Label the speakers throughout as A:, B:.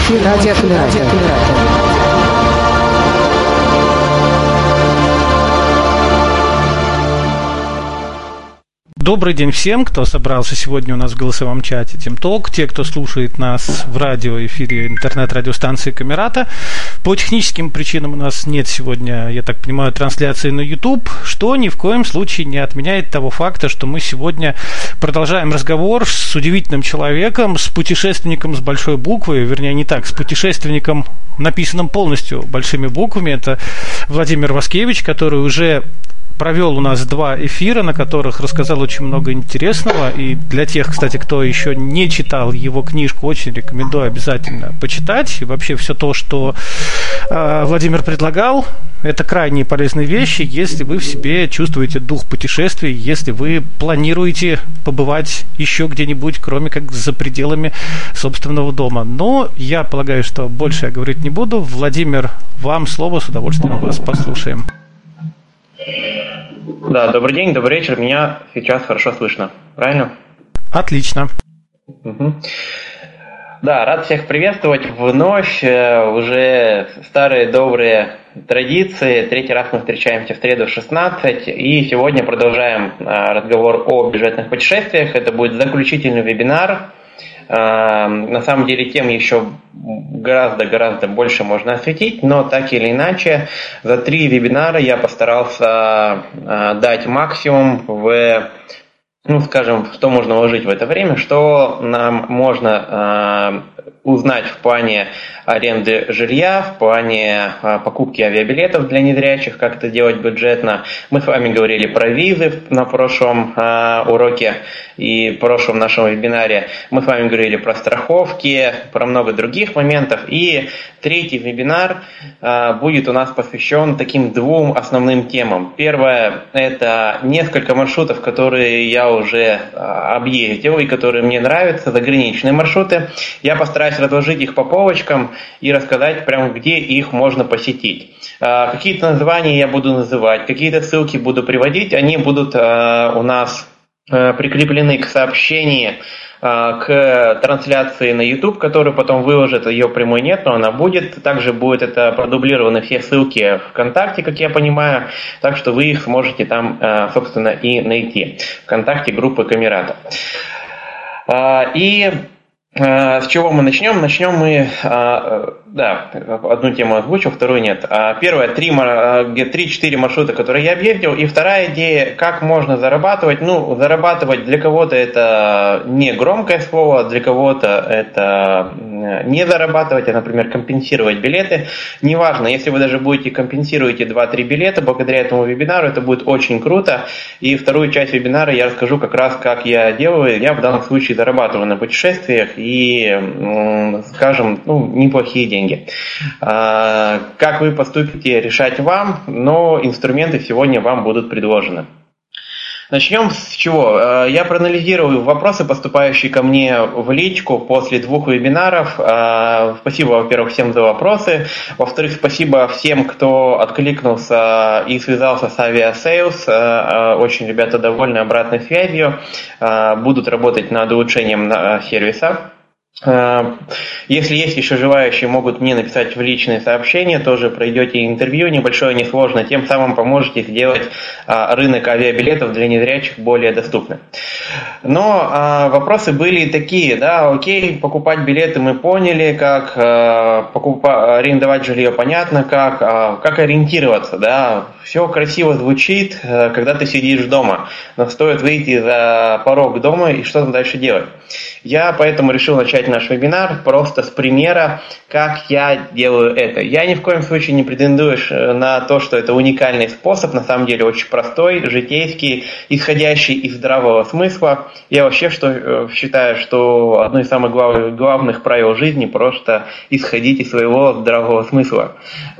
A: Радиокоммерация.
B: Добрый день всем, кто собрался сегодня у нас в голосовом чате TeamTalk, те, кто слушает нас в радиоэфире интернет-радиостанции Камерата. По техническим причинам у нас нет сегодня, я так понимаю, трансляции на YouTube, что ни в коем случае не отменяет того факта, что мы сегодня продолжаем разговор с удивительным человеком, с путешественником с большой буквы, вернее не так, с путешественником, написанным полностью большими буквами. Это Владимир Васкевич, который уже провел у нас 2 эфира, на которых рассказал очень много интересного. И для тех, кстати, кто еще не читал его книжку, очень рекомендую обязательно почитать. И вообще все то, что Владимир предлагал, это крайне полезные вещи, если вы в себе чувствуете дух путешествий, если вы планируете побывать еще где-нибудь, кроме как за пределами собственного дома. Но я полагаю, что больше я говорить не буду. Владимир, вам слово, с удовольствием вас послушаем.
C: Да, добрый день, добрый вечер. Меня сейчас хорошо слышно, правильно?
B: Отлично.
C: Угу. Да, рад всех приветствовать вновь. Уже старые добрые традиции. 3-й раз мы встречаемся в среду в 16. И сегодня продолжаем разговор о бюджетных путешествиях. Это будет заключительный вебинар. На самом деле тем еще гораздо больше можно осветить, но так или иначе за 3 вебинара я постарался дать максимум что можно вложить в это время, что нам можно узнать в плане аренды жилья, в плане покупки авиабилетов для незрячих, как это делать бюджетно. Мы с вами говорили про визы на прошлом уроке и прошлом нашем вебинаре. Мы с вами говорили про страховки, про много других моментов. И 3-й вебинар будет у нас посвящен таким 2 основным темам. Первое – это несколько маршрутов, которые я уже объездил и которые мне нравятся, заграничные маршруты. Я постараюсь разложить их по полочкам и рассказать прямо, где их можно посетить. Какие-то названия я буду называть, какие-то ссылки буду приводить, они будут у нас прикреплены к сообщению, к трансляции на YouTube, которую потом выложат, ее прямой нет, но она будет. Также будет это продублированы все ссылки ВКонтакте, как я понимаю, так что вы их сможете там, собственно, и найти. ВКонтакте группы Камерата. И с чего мы начнем? Начнем мы, одну тему озвучил, вторую нет. Первое, 3-4 маршрута, которые я объездил. И вторая идея, как можно зарабатывать. Зарабатывать для кого-то это не громкое слово, для кого-то это не зарабатывать, а, например, компенсировать билеты. Неважно, если вы даже будете компенсируете 2-3 билета, благодаря этому вебинару это будет очень круто. И вторую часть вебинара я расскажу как раз, как я делаю. Я в данном случае зарабатываю на путешествиях и, скажем, неплохие деньги. Как вы поступите, решать вам, но инструменты сегодня вам будут предложены. Начнем с чего? Я проанализирую вопросы, поступающие ко мне в личку после 2 вебинаров. Спасибо, во-первых, всем за вопросы. Во-вторых, спасибо всем, кто откликнулся и связался с Aviasales. Очень ребята довольны обратной связью. Будут работать над улучшением сервиса. Если есть еще желающие, могут мне написать в личные сообщения, тоже пройдете интервью, небольшое, несложно, тем самым поможете сделать рынок авиабилетов для незрячих более доступным. Но вопросы были такие, окей, покупать билеты мы поняли, как арендовать жилье понятно, как ориентироваться, все красиво звучит, когда ты сидишь дома, но стоит выйти за порог дома и что там дальше делать. Я поэтому решил начать наш вебинар просто с примера, как я делаю это. Я ни в коем случае не претендую на то, что это уникальный способ, на самом деле очень простой, житейский, исходящий из здравого смысла. Я вообще считаю, что одно из самых главных правил жизни просто исходить из своего здравого смысла.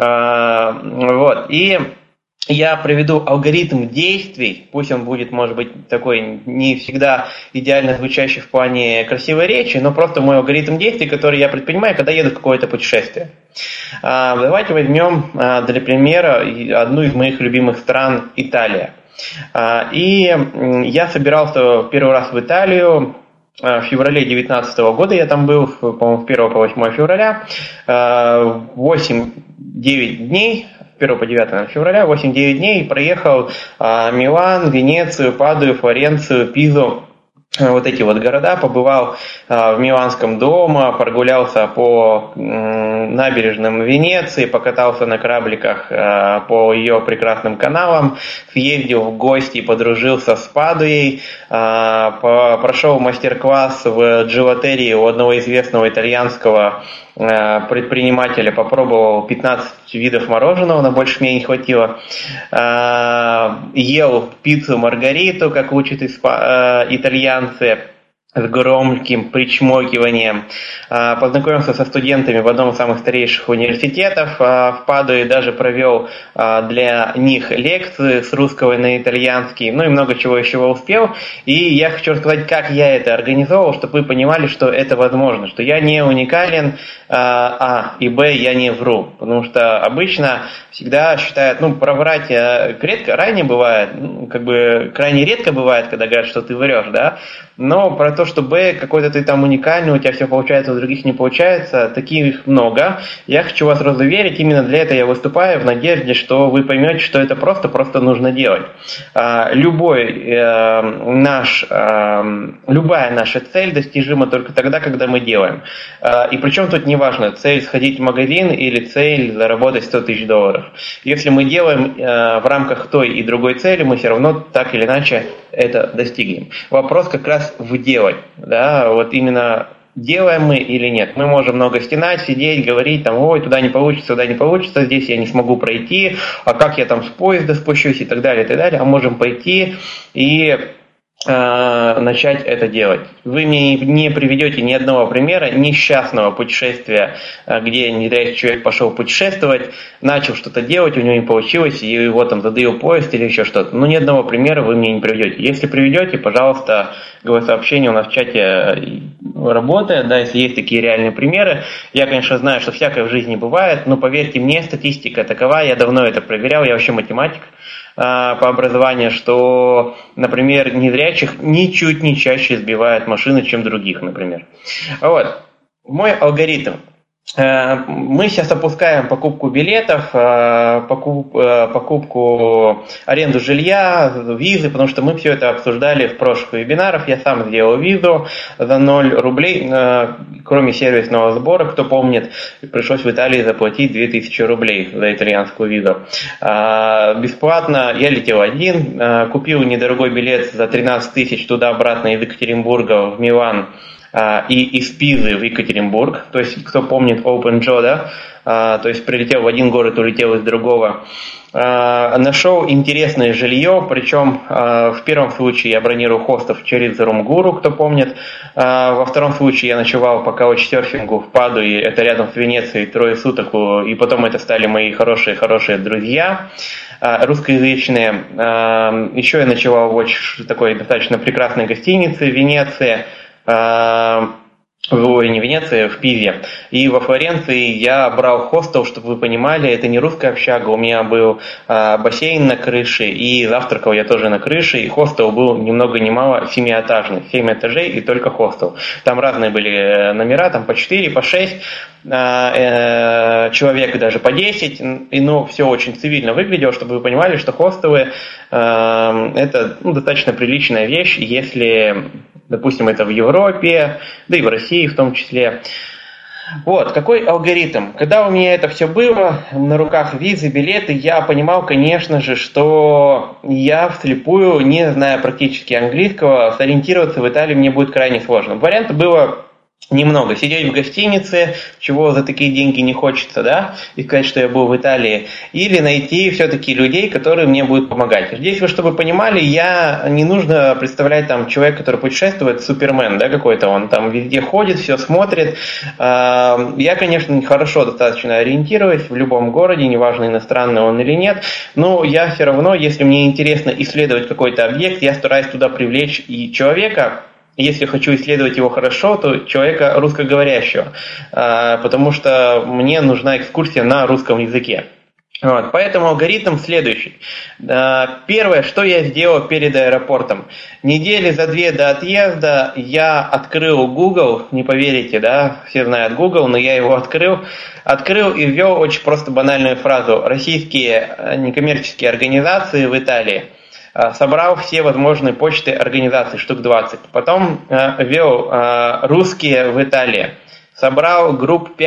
C: И я приведу алгоритм действий, пусть он будет, может быть, такой не всегда идеально звучащий в плане красивой речи, но просто мой алгоритм действий, который я предпринимаю, когда еду в какое-то путешествие. Давайте возьмем для примера одну из моих любимых стран – Италия. И я собирался первый раз в Италию в феврале 2019 года я там был, по-моему, с 1 по 8 февраля, 8-9 дней, с 1 по 9 февраля, 8-9 дней проехал Милан, Венецию, Падую, Флоренцию, Пизу. Вот эти вот города, побывал в Миланском доме, прогулялся по набережным Венеции, покатался на корабликах по ее прекрасным каналам, съездил в гости, подружился с Падуей, прошел мастер-класс в джелатерии у одного известного итальянского предпринимателя, попробовал 15 видов мороженого, но больше мне не хватило. Ел пиццу Маргариту, как учат итальянцы, с громким причмокиванием. Познакомился со студентами в одном из самых старейших университетов в Падуе, даже провел для них лекции с русского на итальянский, ну и много чего еще успел. И я хочу рассказать, как я это организовал, чтобы вы понимали, что это возможно, что я не уникален, и б, я не вру. Потому что обычно всегда считают, проврать крайне бывает, крайне редко бывает, когда говорят, что ты врешь, да. Но про то, что б, какой-то ты там уникальный, у тебя все получается, у других не получается, таких много. Я хочу вас разуверить, именно для этого я выступаю, в надежде, что вы поймете, что это просто нужно делать. Любая наша цель достижима только тогда, когда мы делаем. И причем тут не важно, цель сходить в магазин или цель заработать $100 000. Если мы делаем в рамках той и другой цели, мы все равно так или иначе это достигнем. Вопрос как раз в делать, да, вот именно делаем мы или нет. Мы можем много стенать, сидеть, говорить, там, ой, туда не получится, здесь я не смогу пройти, а как я там с поезда спущусь и так далее, а можем пойти и начать это делать. Вы мне не приведете ни одного примера несчастного путешествия, где незрячий человек пошел путешествовать, начал что-то делать, у него не получилось, и его там задавил поезд или еще что-то. Ни одного примера вы мне не приведете. Если приведете, пожалуйста, голосообщение у нас в чате работает, да, если есть такие реальные примеры. Я, конечно, знаю, что всякое в жизни бывает, но поверьте мне, статистика такова, я давно это проверял, я вообще математик по образованию, что, например, незрячих ничуть не чаще сбивают машины, чем других, например. Вот. Mой алгоритм. Мы сейчас опускаем покупку билетов, покупку аренду жилья, визы, потому что мы все это обсуждали в прошлых вебинарах. Я сам сделал визу за 0 рублей, кроме сервисного сбора, кто помнит, пришлось в Италии заплатить 2000 рублей за итальянскую визу. Бесплатно, я летел один, купил недорогой билет за 13 000 туда-обратно из Екатеринбурга в Милан, и из Пизы в Екатеринбург, то есть, кто помнит OpenJo, да, то есть прилетел в один город, улетел из другого. Нашел интересное жилье, причем в первом случае я бронирую хостов через Румгуру, кто помнит, во втором случае я ночевал по каучсерфингу в Падуе, это рядом с Венецией, 3 суток, и потом это стали мои хорошие друзья русскоязычные. Еще я ночевал в очень такой достаточно прекрасной гостинице в Венеции, не в Венеции, в Пизе. И во Флоренции я брал хостел, чтобы вы понимали, это не русская общага, у меня был бассейн на крыше, и завтракал я тоже на крыше, и хостел был ни много ни мало 7-этажный, 7 этажей и только хостел. Там разные были номера, там по 4, по 6 человек, даже по 10, но все очень цивильно выглядело, чтобы вы понимали, что хостелы это достаточно приличная вещь, если, допустим, это в Европе, да и в России в том числе. Вот, какой алгоритм? Когда у меня это все было, на руках визы, билеты, я понимал, конечно же, что я вслепую, не зная практически английского, сориентироваться в Италии мне будет крайне сложно. Вариантов было немного. Сидеть в гостинице, чего за такие деньги не хочется, да, и сказать, что я был в Италии, или найти все-таки людей, которые мне будут помогать. Здесь, вы чтобы понимали, не нужно представлять там человека, который путешествует, супермен, да, какой-то, он там везде ходит, все смотрит. Я, конечно, хорошо достаточно ориентируюсь в любом городе, неважно, иностранный он или нет, но я все равно, если мне интересно исследовать какой-то объект, я стараюсь туда привлечь и человека. Если хочу исследовать его хорошо, то человека русскоговорящего, потому что мне нужна экскурсия на русском языке. Вот, поэтому алгоритм следующий. Первое, что я сделал перед аэропортом. Недели за 2 до отъезда я открыл Google, не поверите, да, все знают Google, но я его открыл и ввел очень просто банальную фразу. Российские некоммерческие организации в Италии. Собрал все возможные почты организаций, штук 20. Потом ввел русские в Италии. Собрал групп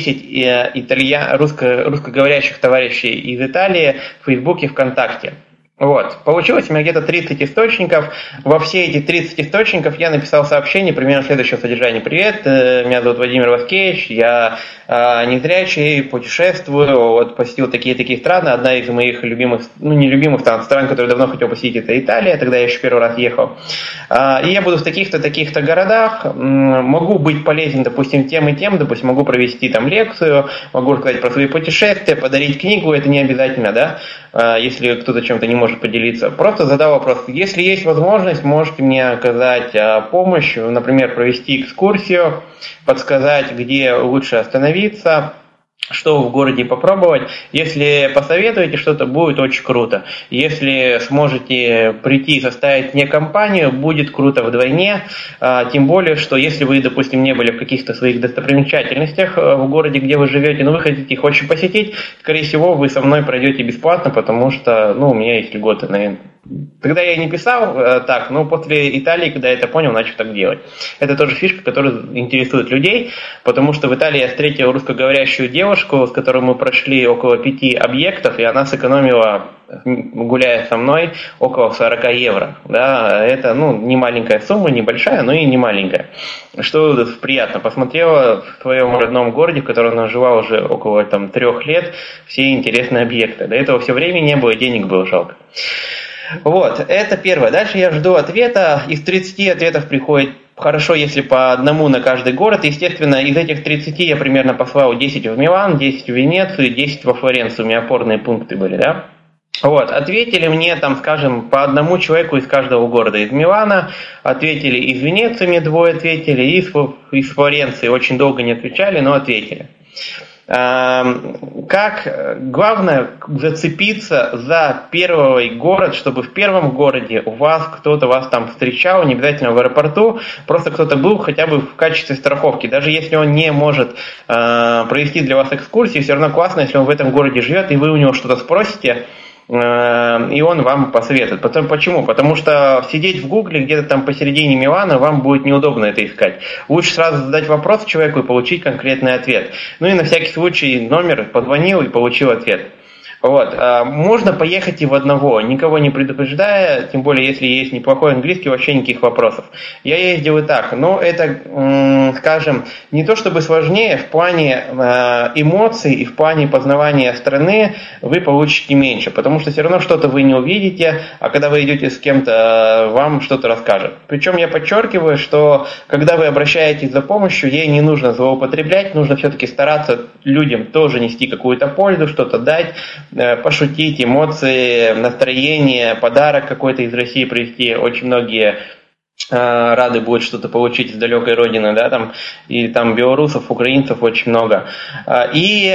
C: 5-10 русскоговорящих товарищей из Италии в Фейсбуке, ВКонтакте. Вот. Получилось у меня где-то 30 источников. Во все эти 30 источников я написал сообщение примерно следующего содержания. Привет, меня зовут Владимир Васкевич, я незрячий, путешествую, вот посетил такие-такие страны. Одна из моих любимых, не любимых стран, которые давно хотел посетить, это Италия, тогда я еще первый раз ехал. И я буду в таких-то, таких-то городах, могу быть полезен, допустим, тем и тем, допустим, могу провести там лекцию, могу рассказать про свои путешествия, подарить книгу, это не обязательно, да, если кто-то чем-то не может поделиться. Просто задал вопрос, если есть возможность, можете мне оказать помощь, например, провести экскурсию, подсказать, где лучше остановиться, что в городе попробовать. Если посоветуете что-то, будет очень круто. Если сможете прийти и составить мне компанию, будет круто вдвойне. Тем более, что если вы, допустим, не были в каких-то своих достопримечательностях в городе, где вы живете, но вы хотите их очень посетить, скорее всего, вы со мной пройдете бесплатно, потому что, у меня есть льготы, наверное. Тогда я не писал так, но после Италии, когда я это понял, начал так делать. Это тоже фишка, которая интересует людей, потому что в Италии я встретил русскоговорящую девушку, с которой мы прошли около 5 объектов, и она сэкономила, гуляя со мной, около 40 евро. Да, это, не маленькая сумма, небольшая, но и не маленькая. Что приятно, посмотрела в своем родном городе, в котором она жила уже около 3 лет, все интересные объекты. До этого все время не было, денег было жалко. Вот, это первое. Дальше я жду ответа. Из 30 ответов приходит хорошо, если по одному на каждый город. Естественно, из этих 30 я примерно послал 10 в Милан, 10 в Венецию, 10 во Флоренцию. У меня опорные пункты были, да? Вот, ответили мне, скажем, по одному человеку из каждого города. Из Милана ответили, из Венеции мне 2 ответили, из Флоренции очень долго не отвечали, но ответили. Как главное зацепиться за первый город, чтобы в первом городе кто-то вас там встречал, не обязательно в аэропорту, просто кто-то был хотя бы в качестве страховки. Даже если он не может провести для вас экскурсии, все равно классно, если он в этом городе живет, и вы у него что-то спросите, и он вам посоветует. Почему? Потому что сидеть в Гугле где-то там посередине Милана вам будет неудобно это искать. Лучше сразу задать вопрос человеку и получить конкретный ответ. И на всякий случай номер, позвонил и получил ответ. Вот. Можно поехать и в одного, никого не предупреждая, тем более, если есть неплохой английский, вообще никаких вопросов. Я ездил и так, но это, скажем, не то чтобы сложнее, в плане эмоций и в плане познавания страны вы получите меньше, потому что все равно что-то вы не увидите, а когда вы идете с кем-то, вам что-то расскажут. Причем я подчеркиваю, что когда вы обращаетесь за помощью, ей не нужно злоупотреблять, нужно все-таки стараться людям тоже нести какую-то пользу, что-то дать, пошутить, эмоции, настроение, подарок какой-то из России привезти. Очень многие рады будут что-то получить из далекой родины, да, и там белорусов, украинцев очень много. И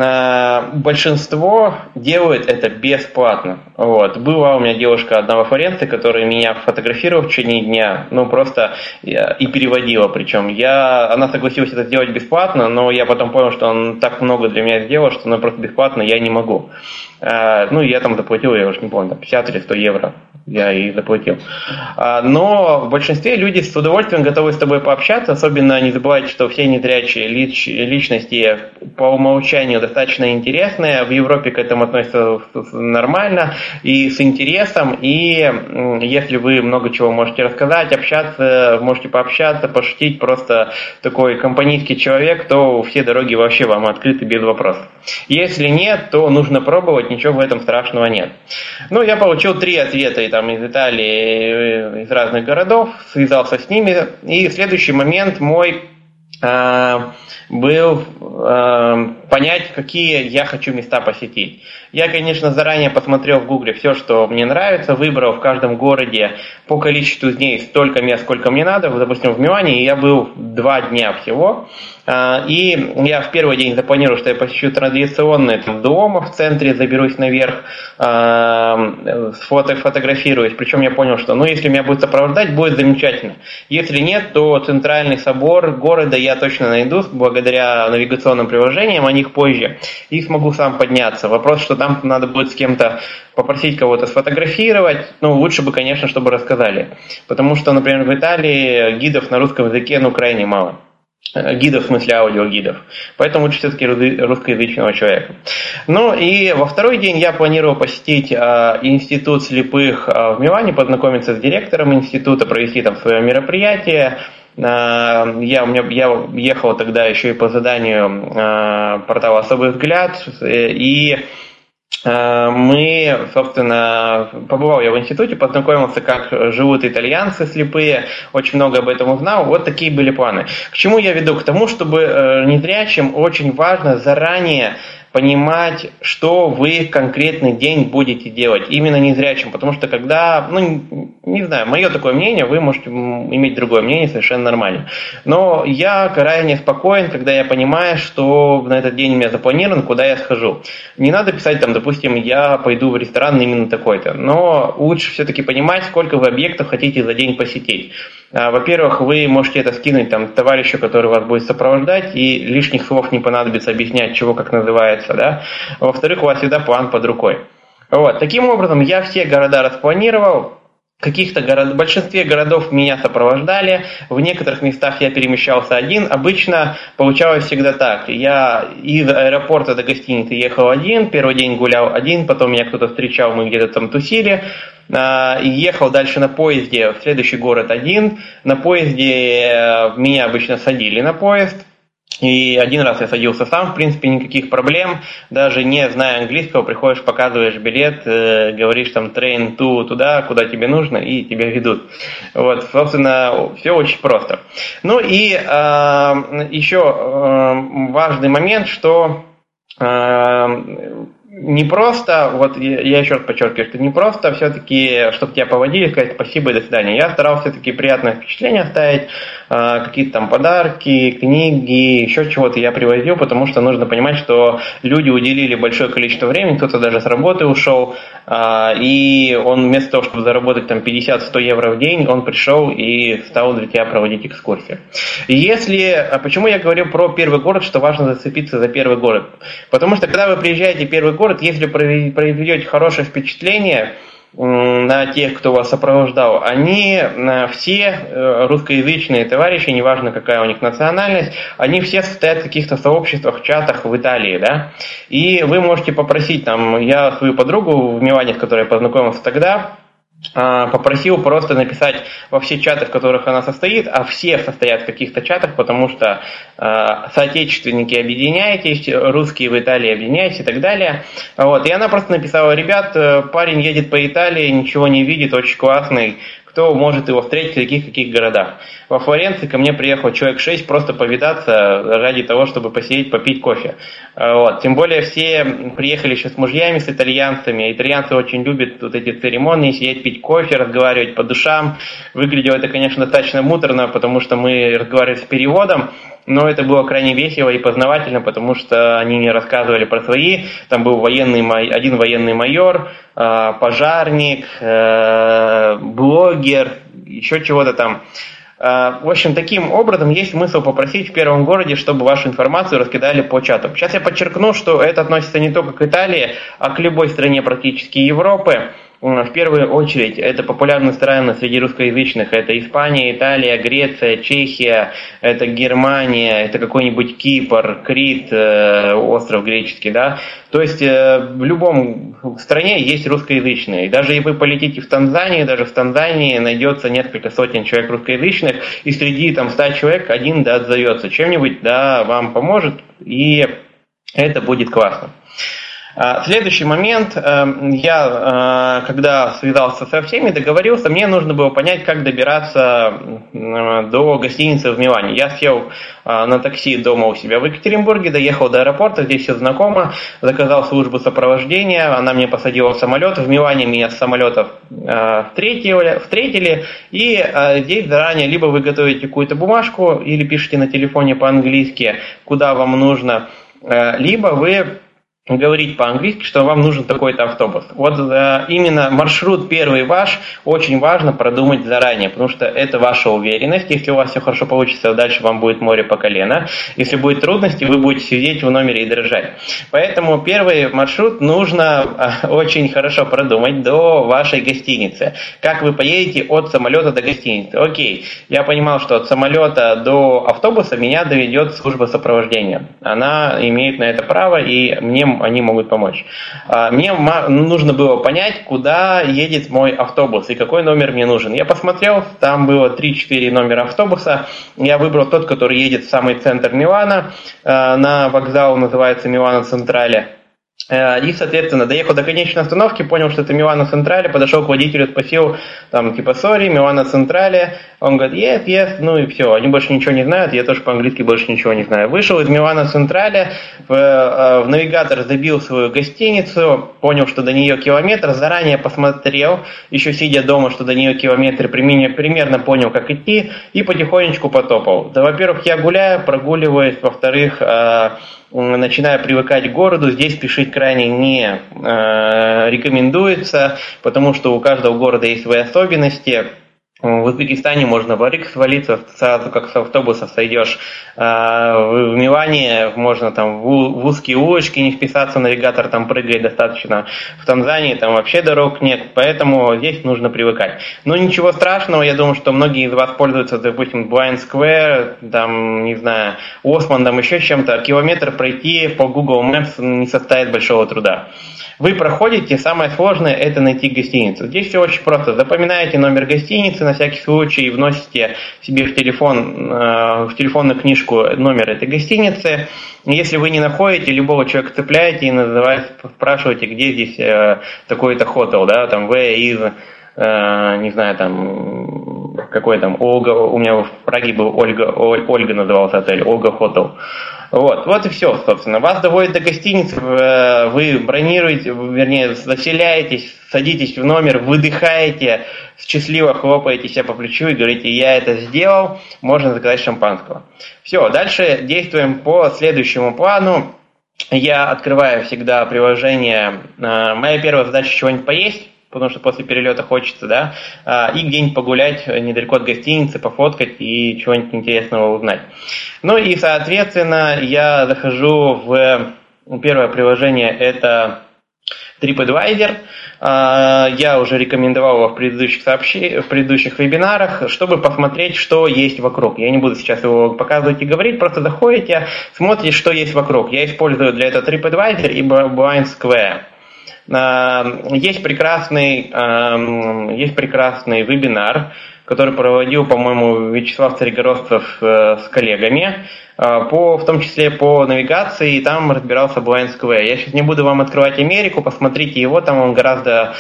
C: большинство делают это бесплатно. Вот. Была у меня девушка одна во Флоренции, которая меня фотографировала в течение дня, просто и переводила, причем. Она согласилась это сделать бесплатно, но я потом понял, что он так много для меня сделал, что просто бесплатно я не могу. Я там заплатил, я уже не помню, 50 или 100 евро я и заплатил. Но в большинстве люди с удовольствием готовы с тобой пообщаться, особенно не забывайте, что все незрячие личности по умолчанию достаточно интересные, в Европе к этому относятся нормально и с интересом, и если вы много чего можете рассказать, общаться, можете пообщаться, пошутить, просто такой компанейский человек, то все дороги вообще вам открыты без вопросов. Если нет, то нужно пробовать, ничего в этом страшного нет. Я получил 3 ответа из Италии, из разных городов, связался с ними, и следующий момент мой был понять, какие я хочу места посетить. Я, конечно, заранее посмотрел в Гугле все, что мне нравится, выбрал в каждом городе по количеству дней столько мест, сколько мне надо. Допустим, в Милане я был 2 дня всего. И я в первый день запланировал, что я посещу традиционный Дуомо в центре, заберусь наверх, фотографируюсь. Причем я понял, что если меня будет сопровождать, будет замечательно. Если нет, то центральный собор города я точно найду, благодаря навигационным приложениям, о них позже, и смогу сам подняться. Вопрос, что там надо будет с кем-то попросить кого-то сфотографировать, лучше бы, конечно, чтобы рассказали. Потому что, например, в Италии гидов на русском языке крайне мало. Гидов, в смысле аудиогидов. Поэтому лучше все-таки русскоязычного человека. И во второй день я планировал посетить институт слепых в Милане, познакомиться с директором института, провести там свое мероприятие. Я ехал тогда еще и по заданию портала «Особый взгляд», и мы, собственно, побывал я в институте, познакомился, как живут итальянцы слепые, очень много об этом узнал. Вот такие были планы. К чему я веду? К тому, чтобы незрячим очень важно заранее понимать, что вы в конкретный день будете делать, именно незрячим, потому что когда, не знаю, мое такое мнение, вы можете иметь другое мнение, совершенно нормально. Но я крайне спокоен, когда я понимаю, что на этот день у меня запланирован, куда я схожу. Не надо писать допустим, я пойду в ресторан именно такой-то, но лучше все-таки понимать, сколько вы объектов хотите за день посетить. Во-первых, вы можете это скинуть товарищу, который вас будет сопровождать, и лишних слов не понадобится объяснять, чего как называется, да. Во-вторых, у вас всегда план под рукой. Таким образом, я все города распланировал. В большинстве городов меня сопровождали, в некоторых местах я перемещался один. Обычно получалось всегда так. Я из аэропорта до гостиницы ехал один, первый день гулял один, потом меня кто-то встречал, мы где-то там тусили. Ехал дальше на поезде в следующий город один. На поезде меня обычно садили на поезд. И один раз я садился сам, в принципе, никаких проблем. Даже не зная английского, приходишь, показываешь билет, говоришь train to туда, куда тебе нужно, и тебя ведут. Собственно, все очень просто. Еще важный момент, что не просто, я еще раз подчеркиваю, что не просто все-таки, чтобы тебя поводили, сказать спасибо и до свидания. Я старался все-таки приятное впечатление оставить, какие-то подарки, книги, еще чего-то я привозил, потому что нужно понимать, что люди уделили большое количество времени, кто-то даже с работы ушел, и он вместо того, чтобы заработать 50-100 евро в день, он пришел и стал для тебя проводить экскурсию. Почему я говорю про первый город, что важно зацепиться за первый город? Потому что когда вы приезжаете в первый город, если произведете хорошее впечатление на тех, кто вас сопровождал, они все русскоязычные товарищи, неважно какая у них национальность, они все состоят в каких-то сообществах, чатах в Италии, да, и вы можете попросить, я свою подругу в Милане, с которой я познакомился тогда, попросил просто написать во все чаты, в которых она состоит, а все состоят в каких-то чатах, потому что соотечественники, объединяйтесь, русские в Италии, объединяйтесь и так далее. И она просто написала: ребят, парень едет по Италии, ничего не видит, очень классный, кто может его встретить в каких городах. Во Флоренции ко мне приехал человек 6 просто повидаться ради того, чтобы посидеть, попить кофе. Тем более все приехали еще с мужьями, с итальянцами. Итальянцы очень любят эти церемонии, сидеть, пить кофе, разговаривать по душам. Выглядело это, конечно, достаточно муторно, потому что мы разговаривали с переводом. Но это было крайне весело и познавательно, потому что они мне рассказывали про свои. Там был один военный майор, пожарник, блогер, еще чего-то там. В общем, таким образом есть смысл попросить в первом городе, чтобы вашу информацию раскидали по чатам. Сейчас я подчеркну, что это относится не только к Италии, а к любой стране практически Европы. В первую очередь, это популярные страны среди русскоязычных. Это Испания, Италия, Греция, Чехия, это Германия, это какой-нибудь Кипр, Крит, остров греческий, да. То есть в любом стране есть русскоязычные. И даже если вы полетите в Танзанию, даже в Танзании найдется несколько сотен человек русскоязычных, и среди 100 человек один отзовется чем-нибудь, вам поможет, и это будет классно. Следующий момент, я, когда связался со всеми, договорился, мне нужно было понять, как добираться до гостиницы в Милане. Я сел на такси дома у себя в Екатеринбурге, доехал до аэропорта, здесь все знакомо, заказал службу сопровождения, она мне посадила в самолет, в Милане меня с самолета встретили, и здесь заранее либо вы готовите какую-то бумажку, или пишете на телефоне по-английски, куда вам нужно, либо вы говорить по-английски, что вам нужен такой-то автобус. Вот именно маршрут первый ваш очень важно продумать заранее, потому что это ваша уверенность. Если у вас все хорошо получится, дальше вам будет море по колено. Если будет трудности, вы будете сидеть в номере и дрожать. Поэтому первый маршрут нужно очень хорошо продумать до вашей гостиницы. Как вы поедете от самолета до гостиницы? Окей, я понимал, что от самолета до автобуса меня доведет служба сопровождения. Она имеет на это право, и мне они могут помочь. Мне нужно было понять, куда едет мой автобус и какой номер мне нужен. Я посмотрел, там было 3-4 номера автобуса. Я выбрал тот, который едет в самый центр Милана. На вокзал называется Милано Централе. И, соответственно, доехал до конечной остановки, понял, что это Милано Централе, подошел к водителю, спросил, там, типа, sorry, Милано Централе. Он говорит, yes, ну и все, они больше ничего не знают, я тоже по-английски больше ничего не знаю. Вышел из Милано Централе, в навигатор забил свою гостиницу, понял, что до нее километр, заранее посмотрел, еще сидя дома, что до нее километр, примерно понял, как идти, и потихонечку потопал. Да, во-первых, я гуляю, прогуливаюсь, во-вторых, начиная привыкать к городу, здесь спешить крайне не рекомендуется, потому что у каждого города есть свои особенности. В Узбекистане можно в Орик свалиться, сразу как с автобуса сойдешь. В Милане можно там в узкие улочки не вписаться, навигатор там прыгает достаточно. В Танзании там вообще дорог нет, поэтому здесь нужно привыкать. Но ничего страшного, я думаю, что многие из вас пользуются, допустим, Blind Square, там, не знаю, Осман, там еще чем-то. Километр пройти по Google Maps не составит большого труда. Вы проходите, самое сложное это найти гостиницу. Здесь все очень просто. Запоминаете номер гостиницы на всякий случай, вносите себе в телефон, в телефонную книжку номер этой гостиницы. Если вы не находите, любого человека цепляете и спрашиваете, где здесь такой-то хотел, да, там where is, не знаю, там какой там Ольга, у меня в Праге был Ольга назывался отель, Ольга Хотел. Вот и все, собственно. Вас доводят до гостиницы, вы бронируете, вернее, заселяетесь, садитесь в номер, выдыхаете, счастливо хлопаете себя по плечу и говорите, я это сделал, можно заказать шампанского. Все, дальше действуем по следующему плану. Я открываю всегда приложение. Моя первая задача чего-нибудь поесть, потому что после перелета хочется, да, и где-нибудь погулять недалеко от гостиницы, пофоткать и чего-нибудь интересного узнать. Ну и, соответственно, я захожу в первое приложение, это TripAdvisor. Я уже рекомендовал его в предыдущих вебинарах, чтобы посмотреть, что есть вокруг. Я не буду сейчас его показывать и говорить, просто заходите, смотрите, что есть вокруг. Я использую для этого TripAdvisor и Blind Square. Есть прекрасный вебинар, который проводил, по-моему, Вячеслав Царегородцев с коллегами, в том числе по навигации, и там разбирался Blind Square. Я сейчас не буду вам открывать Америку, посмотрите его, там он гораздо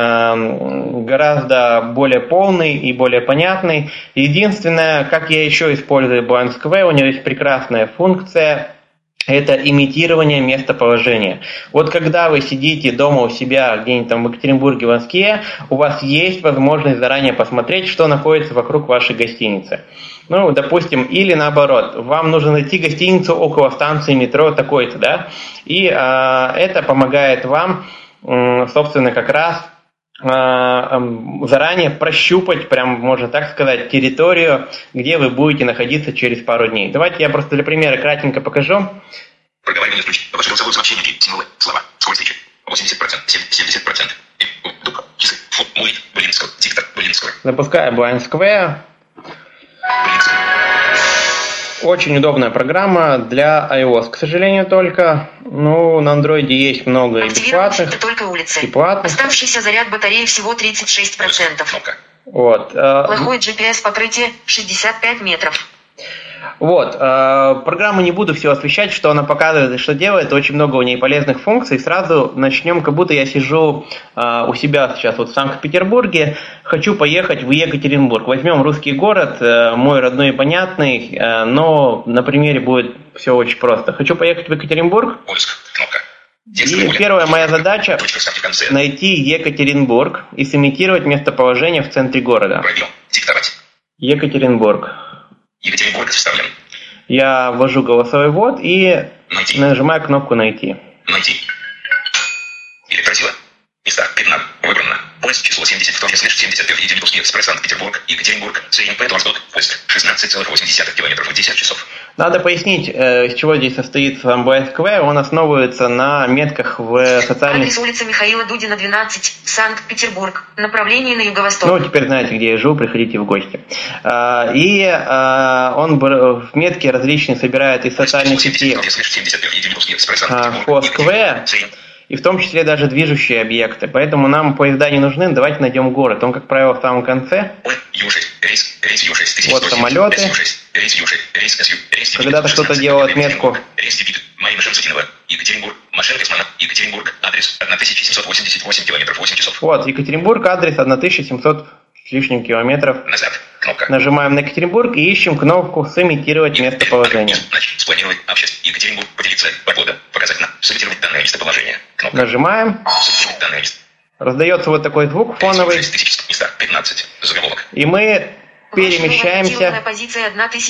C: более полный и более понятный. Единственное, как я еще использую Blind Square, у него есть прекрасная функция. Это имитирование местоположения. Вот когда вы сидите дома у себя где-нибудь там в Екатеринбурге, в Москве, у вас есть возможность заранее посмотреть, что находится вокруг вашей гостиницы. Ну, допустим, или наоборот, вам нужно найти гостиницу около станции метро такой-то, да, и это помогает вам, собственно, как раз заранее прощупать, прям можно так сказать, территорию, где вы будете находиться через пару дней. Давайте я просто для примера кратенько покажу.
A: Проговаривание включить. Ваше голосовое сообщение, символы, слова, скорость речи, 80%, 70%, часы, мурит, Блинского, диктор, Блинского.
C: Запускаю Blind Square. Очень удобная программа для iOS, к сожалению, только. Ну, на Android есть много и бесплатных,
D: только улицы.
C: И платных.
D: Оставшийся заряд батареи всего 36%.
C: Вот.
D: Плохой GPS покрытие 65 метров.
C: Вот, программу не буду все освещать, что она показывает и что делает, очень много у ней полезных функций. Сразу начнем, как будто я сижу у себя сейчас вот в Санкт-Петербурге, хочу поехать в Екатеринбург. Возьмем русский город, мой родной и понятный, но на примере будет все очень просто. Хочу поехать в Екатеринбург.
A: Поиск. Кнопка.
C: И первая моя задача – найти Екатеринбург и сымитировать местоположение в центре города.
A: Пробел. Диктовать.
C: Екатеринбург.
A: Екатеринбург вставлен.
C: Я ввожу голосовой ввод и
A: Найти.
C: нажимаю кнопку «Найти».
A: Найти. Электросила. Места. 15. Выбрано. Поиск число 70/75 Единбургский экспресс Санкт-Петербург. Екатеринбург. ЦМП Транспорт. Поиск. 16,8 километров в 10 часов.
C: Надо пояснить, из чего здесь состоит сам БСКВ. Он основывается на метках в социальных...
D: Адрес улица Михаила Дудина, 12, Санкт-Петербург. Направление на юго-восток.
C: Ну, теперь знаете, где я живу, приходите в гости. И он в метке различные собирает из социальных сетей ФОСКВ, и в том числе даже движущие объекты. Поэтому нам поезда не нужны, давайте найдем город. Он, как правило, в самом конце. Вот самолеты. Когда-то кто-то делал отметку.
A: Екатеринбург, машина Космонавт, Екатеринбург, адрес 1788 километров 8 часов.
C: Вот, Екатеринбург, адрес 1700 с лишним километров.
A: Назад. Кнопка.
C: Нажимаем на Екатеринбург и ищем кнопку «Сымитировать местоположение».
A: Спланировать общество. Екатеринбург, поделиться, погода, показать на, сымитировать данное местоположение. Кнопка.
C: Нажимаем.
A: Сымитировать данное место.
C: Раздается вот такой звук фоновый.
A: 6000 места, 15. Заголовок.
C: И мы перемещаемся.
D: Позиция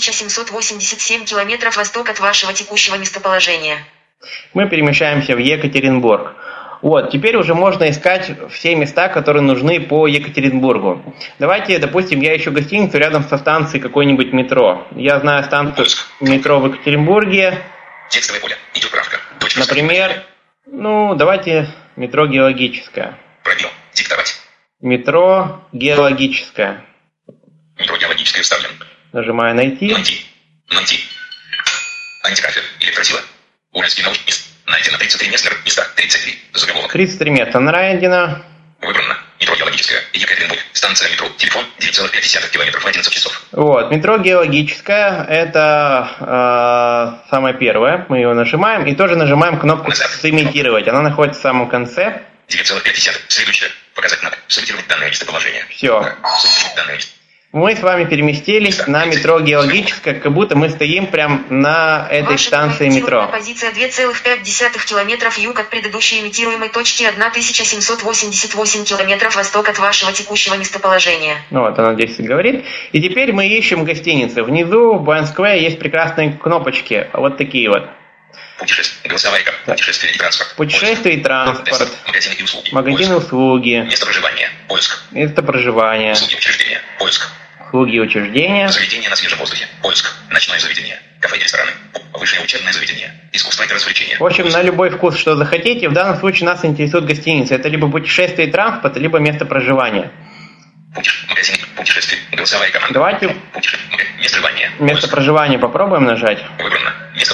D: 1787 километров восток от вашего текущего местоположения.
C: Мы перемещаемся в Екатеринбург. Вот, теперь уже можно искать все места, которые нужны по Екатеринбургу. Давайте, допустим, я ищу гостиницу рядом со станцией какой-нибудь метро. Я знаю станцию метро в Екатеринбурге.
A: Текстовое поле. Идет правка.
C: Например, давайте метро Геологическое.
A: Пробел. Диктовать.
C: Метро Геологическое.
A: Метро Геологическое вставлен.
C: Нажимаю «Найти».
A: Найти. Антикафель. Электросила. Уральский научный мест. Найдено 33 места. 33. Заголовок.
C: 33 места найдено.
A: Выбрано. Метро Геологическое. Екатеринбург. Станция метро. Телефон 9,5 километров в 11 часов.
C: Вот. Метро Геологическое. Это самое первое. Мы его нажимаем. И тоже нажимаем кнопку «Сымитировать». Она находится в самом конце.
A: 9,5. Следующее. Показать надо. Сымитировать данное местоположение.
C: Все.
A: Сымитировать данное место.
C: Мы с вами переместились на метро Геологическое, как будто мы стоим прямо на этой станции метро.
D: Позиция 2,5 километров юг от предыдущей имитируемой точки, 1788 километров восток от вашего текущего местоположения.
C: Вот, она здесь говорит. И теперь мы ищем гостиницы. Внизу в Банскве есть прекрасные кнопочки. Вот такие вот.
A: Путешествие, голосовая, путешествие и транспорт.
C: Путешествие и транспорт.
A: Магазины и услуги.
C: Магазины и услуги.
A: Место проживания. Поиск.
C: Место проживания.
A: Услуги учреждения. Поиск.
C: Услуги учреждения.
A: Заведение на свежем воздухе. Поиск. Ночное заведение. Кафе и рестораны. Высшее учебное заведение. Искусство и развлечения.
C: В общем, на любой вкус, что захотите. В данном случае нас интересует гостиница. Это либо путешествие и транспорт, либо место проживания.
A: Магазин, путешествие, голосовая команда.
C: Давайте
A: место проживания.
C: Место проживания попробуем нажать.
A: Выбрано. Место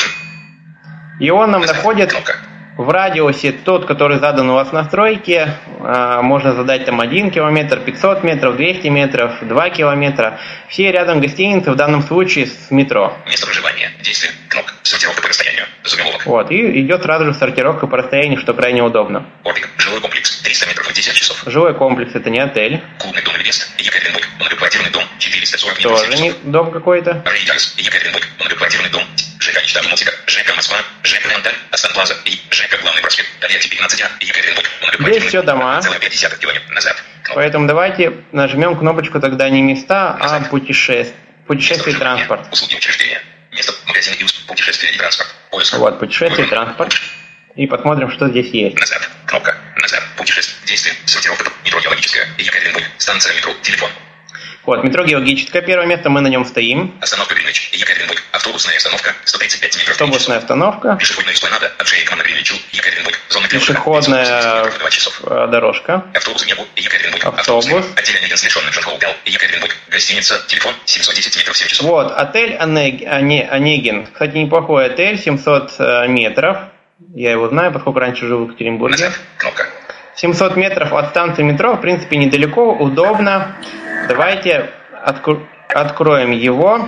C: И он нам находит в радиусе тот, который задан у вас в настройке. Можно задать там 1 километр, 500 метров, 200 метров, 2 километра. Все рядом гостиницы, в данном случае с метро.
A: Место проживания. Действие. Кнопка. Сортировка по расстоянию. Заголовок.
C: Вот. И идет сразу же сортировка по расстоянию, что крайне удобно.
A: Орбик. Жилой комплекс. 300 метров в 10 часов.
C: Жилой комплекс, это не отель.
A: Клубный дом Эльвест. Екатеринбург. Многоквартирный дом. 440 метров.
C: Тоже не дом какой-то.
A: Рейдерс. Екатеринбург. Многоквартирный дом. ЖК Мечта Мультика. ЖК Москва. ЖК Анталь. Астан Плаза. И ЖК Главный проспект. Тольятти 15А. Екатеринбург.
C: Здесь все дома.
A: 1,5 километра назад.
C: Поэтому давайте нажмем кнопочку тогда не места, а путешествие и транспорт.
A: Услуги учреждения. Место магазина и путешествие и транспорт. Поиск.
C: Вот, путешествие и транспорт. И посмотрим, что здесь есть.
A: Назад. Кнопка. Назад. Путешествие. Действие. Сортировка. Метро Геологическое. Екатеринбург. Станция метро. Телефон.
C: Вот, метро Геологическое. Первое место, мы на нем стоим.
A: Остановка Гринвич. Екатеринбург. Автобусная остановка. 135 метров.
C: Автобусная остановка.
A: Пешеходная эспланада. От Шейкмана Гринвичу. Екатеринбург. Зона пешехода.
C: Пешеходная
A: 2 часов.
C: дорожка.
A: Автобус Небу. Екатеринбург.
C: Автобус.
A: Отделение с лишенным Джанхоу. Екатеринбург. Гостиница. Телефон. 710 метров 7 часов.
C: Вот, отель Онегин. Кстати, неплохой отель. 700 метров. Я его знаю, поскольку раньше жил в Екатеринбурге.
A: Назад. Кнопка. 700
C: метров от станции метро. В принципе, недалеко, удобно. Давайте откроем его.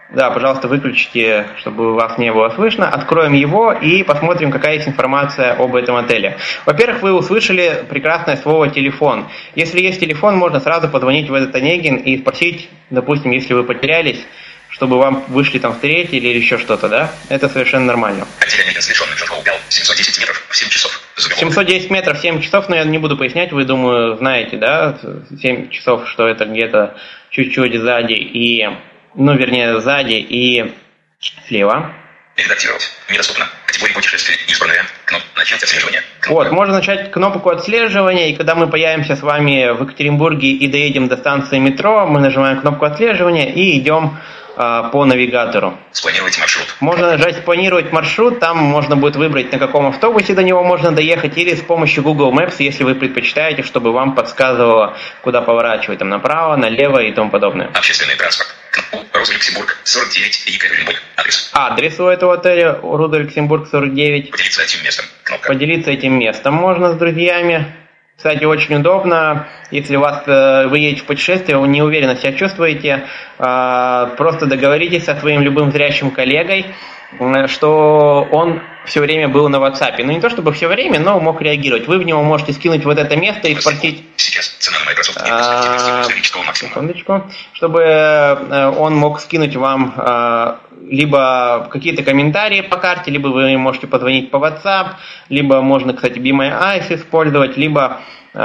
C: Да, пожалуйста, выключите, чтобы вас не было слышно. Откроем его и посмотрим, какая есть информация об этом отеле. Во-первых, вы услышали прекрасное слово «телефон». Если есть телефон, можно сразу позвонить в этот Онегин и спросить, допустим, если вы потерялись, чтобы вам вышли там встретили или еще что-то, да? Это совершенно нормально.
A: Отель Онегин с лишенным Джон 710 метров в 7 часов.
C: 710 метров в 7 часов, но я не буду пояснять, вы, думаю, знаете, да? 7 часов, что это где-то чуть-чуть сзади и... Ну, вернее, сзади и слева.
A: Редактировать. Недоступно. Категория путешествий. Избранная. Начать отслеживание.
C: Вот, можно начать кнопку отслеживания, и когда мы появимся с вами в Екатеринбурге и доедем до станции метро, мы нажимаем кнопку отслеживания и идем по навигатору.
A: Спланировать маршрут.
C: Можно нажать «Спланировать маршрут», там можно будет выбрать, на каком автобусе до него можно доехать, или с помощью Google Maps, если вы предпочитаете, чтобы вам подсказывало, куда поворачивать, там направо, налево и тому подобное.
A: Общественный транспорт. Роза Люксембург, 49, Екатеринбург. Адрес.
C: Адрес у этого отеля, Руда Люксембург, 49.
A: Поделиться этим местом. Кнопка.
C: Поделиться этим местом можно с друзьями. Кстати, очень удобно, если вы едете в путешествие, вы не уверенно себя чувствуете, просто договоритесь со своим любым зрячим коллегой, что он все время был на WhatsApp. Ну, не то чтобы все время, но мог реагировать. Вы в него можете скинуть вот это место и спросить...
A: Сейчас цена на Microsoft
C: секундочку. Чтобы он мог скинуть вам либо какие-то комментарии по карте, либо вы можете позвонить по WhatsApp, либо можно, кстати, Be My Eyes использовать, либо...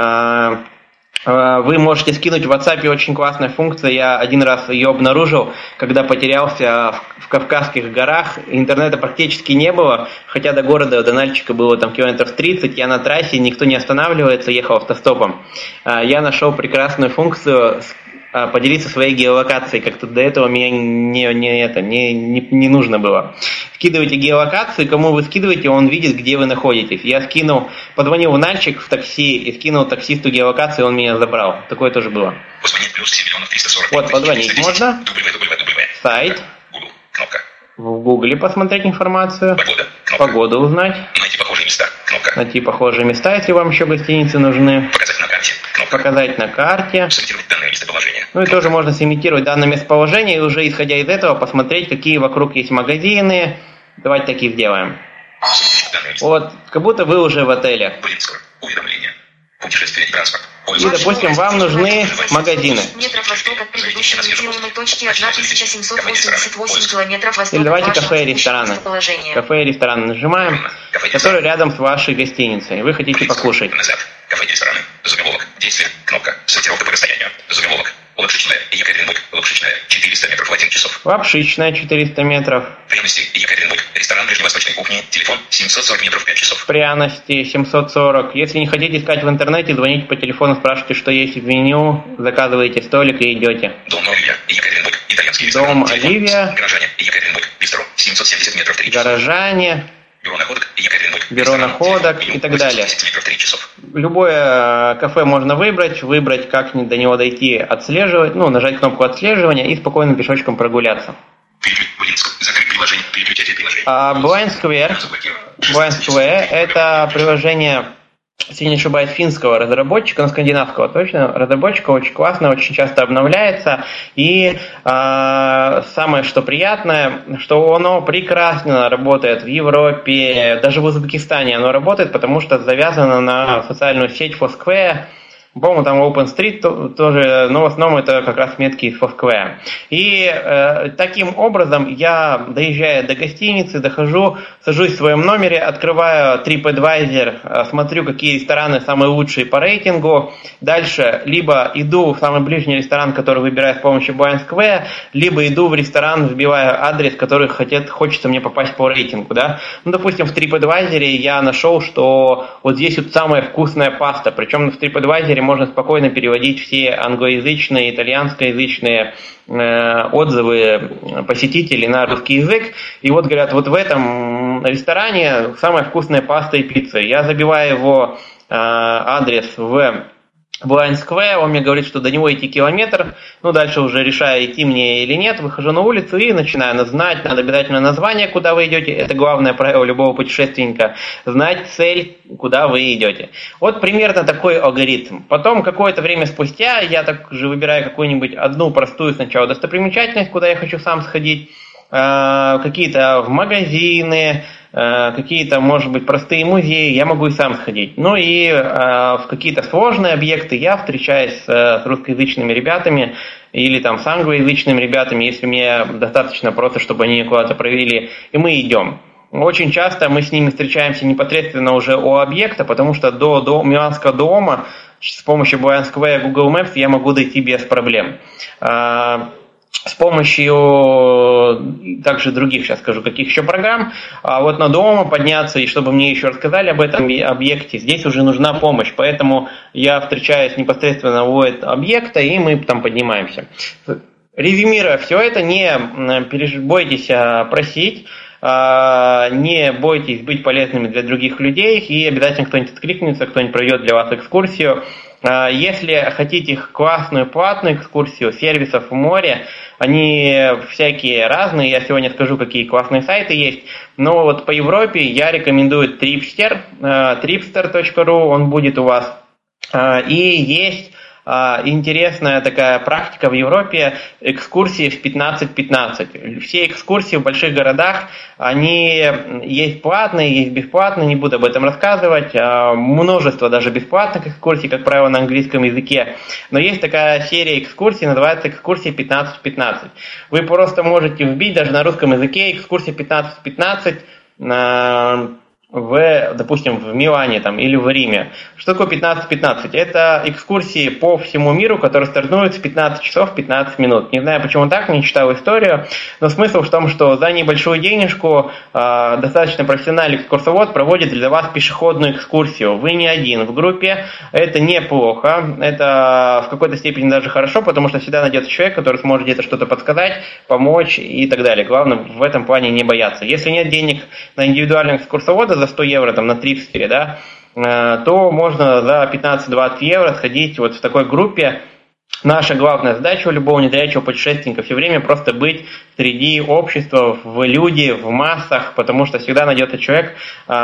C: Вы можете скинуть в WhatsApp, очень классная функция, я один раз ее обнаружил, когда потерялся в Кавказских горах, интернета практически не было, хотя до города, до Нальчика было там километров 30, я на трассе, никто не останавливается, ехал автостопом. Я нашел прекрасную функцию поделиться своей геолокацией, как-то до этого мне не нужно было. Скидывайте геолокацию, кому вы скидываете, он видит, где вы находитесь. Я позвонил в Нальчик в такси и скинул таксисту геолокацию, он меня забрал. Такое тоже было.
A: Позвонить плюс 7 340
C: вот, позвонить можно. Сайт.
A: Google. Кнопка.
C: В Гугле посмотреть информацию.
A: Погода.
C: Погоду узнать.
A: Найти похожие места. Кнопка.
C: Найти похожие места, если вам еще гостиницы нужны.
A: Показать на карте. Кнопка.
C: Показать на карте.
A: Сымитировать данное местоположение.
C: Ну и тоже можно сымитировать данное местоположение и уже исходя из этого посмотреть, какие вокруг есть магазины. Давайте такие сделаем. Вот, как будто вы уже в отеле.
A: Будет скоро. Уведомление. Путешествие и транспорт.
C: И, допустим, вам нужны магазины.
D: Метров восток от предыдущей имитируемой точки 1788 километров восток.
C: Или давайте
D: от
C: кафе и рестораны. Кафе и рестораны нажимаем, которые рядом с вашей гостиницей. Вы хотите покушать.
A: Назад. Кафе и рестораны. Заголовок. Действие. Кнопка. Сортировка по расстоянию. Заголовок. Лапшичная. Екатеринбург. Лапшичная. 400 метров в 1 часов.
C: Лапшичная. 400 метров.
A: Пряности. Екатеринбург. Ресторан ближневосточной кухни. Телефон 740 метров 5 часов.
C: Пряности. 740. Если не хотите искать в интернете, звоните по телефону, спрашивайте, что есть в меню, заказываете столик и идете.
A: Дом Оливия. Екатеринбург. Итальянский ресторан.
C: Дом Оливия.
A: Горожане. Екатеринбург. Бистро. 770 метров 3 часа.
C: Горожане.
A: Бюро находок. Екатеринбург.
C: Бюро находок и так далее.
A: Метров 3 часов.
C: Любое кафе можно выбрать, как до него дойти, отслеживать, нажать кнопку отслеживания и спокойно пешочком прогуляться.
A: Закрыть приложение. Переключайте приложение.
C: Blind Square это приложение, если не ошибаюсь, финского разработчика, скандинавского точно, разработчика, очень классно, очень часто обновляется, и самое что приятное, что оно прекрасно работает в Европе, даже в Узбекистане оно работает, потому что завязано на социальную сеть Foursquare. По-моему, там OpenStreet тоже, но в основном это как раз метки из Foursquare. И таким образом я, доезжая до гостиницы, сажусь в своем номере, открываю TripAdvisor, смотрю, какие рестораны самые лучшие по рейтингу. Дальше либо иду в самый ближний ресторан, который выбираю с помощью Blind Square, либо иду в ресторан, вбиваю адрес, который хочется мне попасть по рейтингу. Да? Допустим, в TripAdvisor я нашел, что вот здесь вот самая вкусная паста. Причем в TripAdvisor можно спокойно переводить все англоязычные, итальянскоязычные отзывы посетителей на русский язык. И вот говорят, вот в этом ресторане самая вкусная паста и пицца. Я забиваю его адрес в в Айн-сквер, он мне говорит, что до него идти километр, дальше уже решаю, идти мне или нет, выхожу на улицу и начинаю знать, надо обязательно название, куда вы идете, это главное правило любого путешественника, знать цель, куда вы идете. Вот примерно такой алгоритм. Потом, какое-то время спустя, я также выбираю какую-нибудь одну простую сначала достопримечательность, куда я хочу сам сходить, какие-то в магазины, какие-то, может быть, простые музеи, я могу и сам сходить. И в какие-то сложные объекты я встречаюсь с русскоязычными ребятами или там с англоязычными ребятами, если мне достаточно просто, чтобы они куда-то провели, и мы идем. Очень часто мы с ними встречаемся непосредственно уже у объекта, потому что до Миланского дома с помощью Айн-сквер и Google Maps я могу дойти без проблем. С помощью также других, сейчас скажу, каких еще программ, вот на Дуомо подняться, и чтобы мне еще рассказали об этом объекте, здесь уже нужна помощь, поэтому я встречаюсь непосредственно у этого объекта, и мы там поднимаемся. Резюмируя все это, не бойтесь просить, не бойтесь быть полезными для других людей, и обязательно кто-нибудь откликнется, кто-нибудь проведет для вас экскурсию. Если хотите классную платную экскурсию, сервисов в море, они всякие разные, я сегодня скажу, какие классные сайты есть, но вот по Европе я рекомендую Tripster, tripster.ru, он будет у вас, и есть интересная такая практика в Европе, экскурсии в 15-15. Все экскурсии в больших городах, они есть платные, есть бесплатные, не буду об этом рассказывать. Множество даже бесплатных экскурсий, как правило, на английском языке. Но есть такая серия экскурсий, называется экскурсия 15-15. Вы просто можете вбить даже на русском языке экскурсия 15-15 допустим, в Милане или в Риме. Что такое 15-15? Это экскурсии по всему миру, которые стартуют с 15 часов 15 минут. Не знаю, почему так, не читал историю, но смысл в том, что за небольшую денежку достаточно профессиональный экскурсовод проводит для вас пешеходную экскурсию. Вы не один в группе, это неплохо, это в какой-то степени даже хорошо, потому что всегда найдется человек, который сможет где-то что-то подсказать, помочь и так далее. Главное в этом плане не бояться. Если нет денег на индивидуального экскурсовода за 100 евро на Трипстере, то можно за 15-20 евро сходить вот в такой группе. Наша главная задача у любого незрячего путешественника все время просто быть среди общества, в люди, в массах, потому что всегда найдется человек,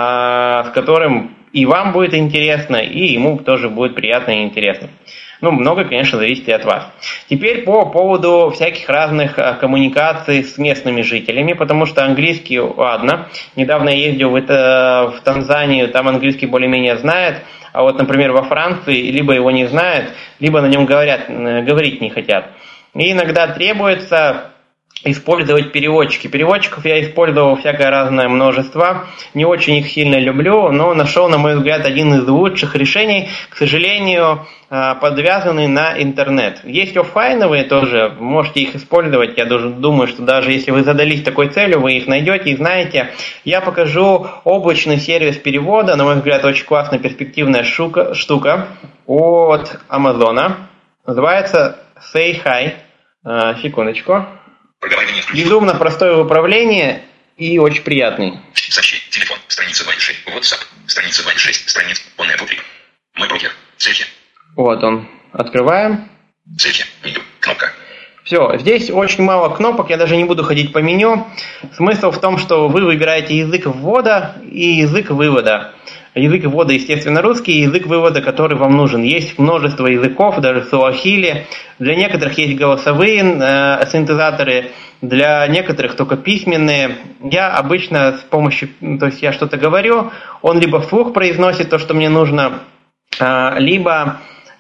C: с которым и вам будет интересно, и ему тоже будет приятно и интересно. Много, конечно, зависит и от вас. Теперь по поводу всяких разных коммуникаций с местными жителями, потому что английский, ладно, недавно я ездил в Танзанию, там английский более-менее знает, а вот, например, во Франции либо его не знают, либо на нем говорить не хотят. И иногда требуется использовать переводчики. Переводчиков я использовал всякое разное множество, не очень их сильно люблю, но нашел, на мой взгляд, один из лучших решений, к сожалению, подвязанный на интернет. Есть офлайновые тоже, можете их использовать, я думаю, что даже если вы задались такой целью, вы их найдете и знаете. Я покажу облачный сервис перевода, на мой взгляд, очень классная, перспективная штука от Амазона, называется Say Hi, секундочку. Безумно простой в управлении и очень приятный.
A: Сообщи, телефон, страница 26, WhatsApp, страница 26, страница, полная публика. Мой брокер, цельки.
C: Вот он. Открываем.
A: Цельки, меню, кнопка.
C: Все, здесь очень мало кнопок, я даже не буду ходить по меню. Смысл в том, что вы выбираете язык ввода и язык вывода. Язык ввода, естественно, русский, язык вывода, который вам нужен. Есть множество языков, даже суахили. Для некоторых есть голосовые синтезаторы, для некоторых только письменные. Я обычно с помощью, то есть я что-то говорю, он либо вслух произносит то, что мне нужно, либо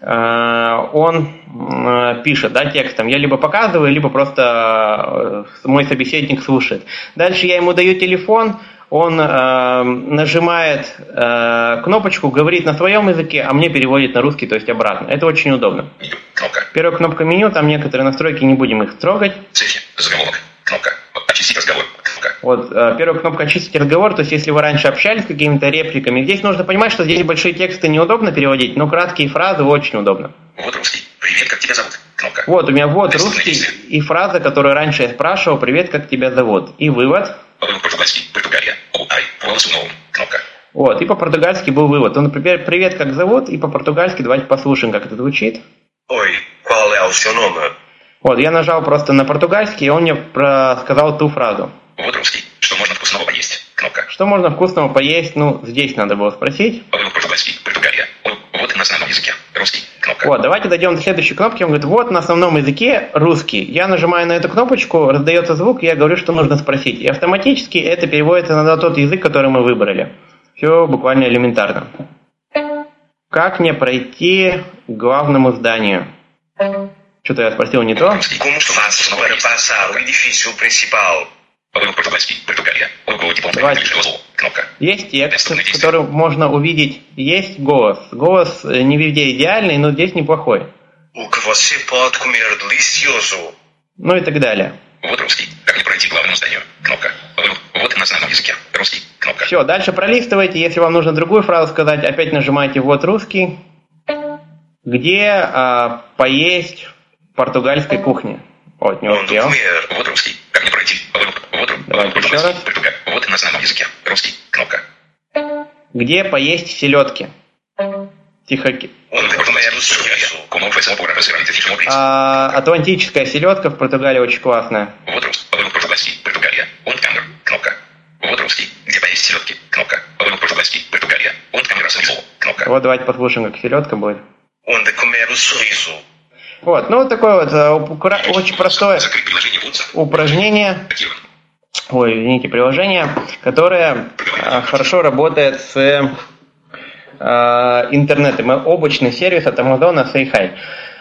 C: он пишет текстом. Я либо показываю, либо просто мой собеседник слушает. Дальше я ему даю телефон, он нажимает кнопочку, говорит на своем языке, а мне переводит на русский, то есть обратно. Это очень удобно.
A: Меню, кнопка.
C: Первая кнопка меню, там некоторые настройки, не будем их трогать.
A: Цельки, заголовок, кнопка. Очистить разговор, кнопка.
C: Вот, первая кнопка «Очистить разговор», то есть если вы раньше общались с какими-то репликами, здесь нужно понимать, что здесь большие тексты неудобно переводить, но краткие фразы очень удобно.
A: Вот русский. Привет, как тебя зовут? Кнопка.
C: Вот, у меня вот русский и фраза, которую раньше я спрашивал: «Привет, как тебя зовут?» И вывод.
A: Португальский, Португалия, ай, волос новым, кнопка.
C: Вот, и по-португальски был вывод. Ну, например, «Привет, как зовут?» и по-португальски давайте послушаем, как это звучит.
A: Oi, qual é o seu nome?
C: Вот, я нажал просто на португальский, и он мне сказал ту фразу.
A: Вот русский. Что можно вкусного поесть? Кнопка.
C: Что можно вкусного поесть? Ну, здесь надо было спросить.
A: Португальский, Португалия. Вот на основном языке. Русский. Кнопка.
C: Вот, давайте дойдем до следующей кнопки. Он говорит, вот на основном языке русский. Я нажимаю на эту кнопочку, раздается звук, и я говорю, что нужно спросить. И автоматически это переводится на тот язык, который мы выбрали. Все буквально элементарно. Как мне пройти к главному зданию? Что-то я спросил не то.
A: Como faço para passar o edifício principal? Португальский, Португалия. Кнопка.
C: Есть текст, который можно увидеть. Есть голос. Голос не везде идеальный, но здесь неплохой.
A: O que você pode comer delicioso?
C: Ну и так далее.
A: Вот русский. Как не пройти к главному зданию? Кнопка. Вот на основном языке. Русский. Кнопка.
C: Все, дальше пролистывайте. Если вам нужно другую фразу сказать, опять нажимаете «Вот русский». Где поесть португальской кухни? Вот, не успел.
A: Вот русский. Как не пройти?
C: Давайте еще раз.
A: Вот на основном языке. Русский. Кнопка.
C: Где поесть селедки? Тихоки. Атлантическая селедка в Португалии очень классная.
A: Вот португальский, Португалия. Он камер. Кнопка. Вот русский. Где поесть селедки? Кнопка. Португальский, Португалия. Он камера снизу. Кнопка.
C: Вот давайте послушаем, как селедка будет.
A: Onde comer o sorriso.
C: Вот, ну вот такое вот очень простое упражнение. Ой, извините, приложение, которое хорошо работает с интернетом. Облачный сервис от Amazon SayHi.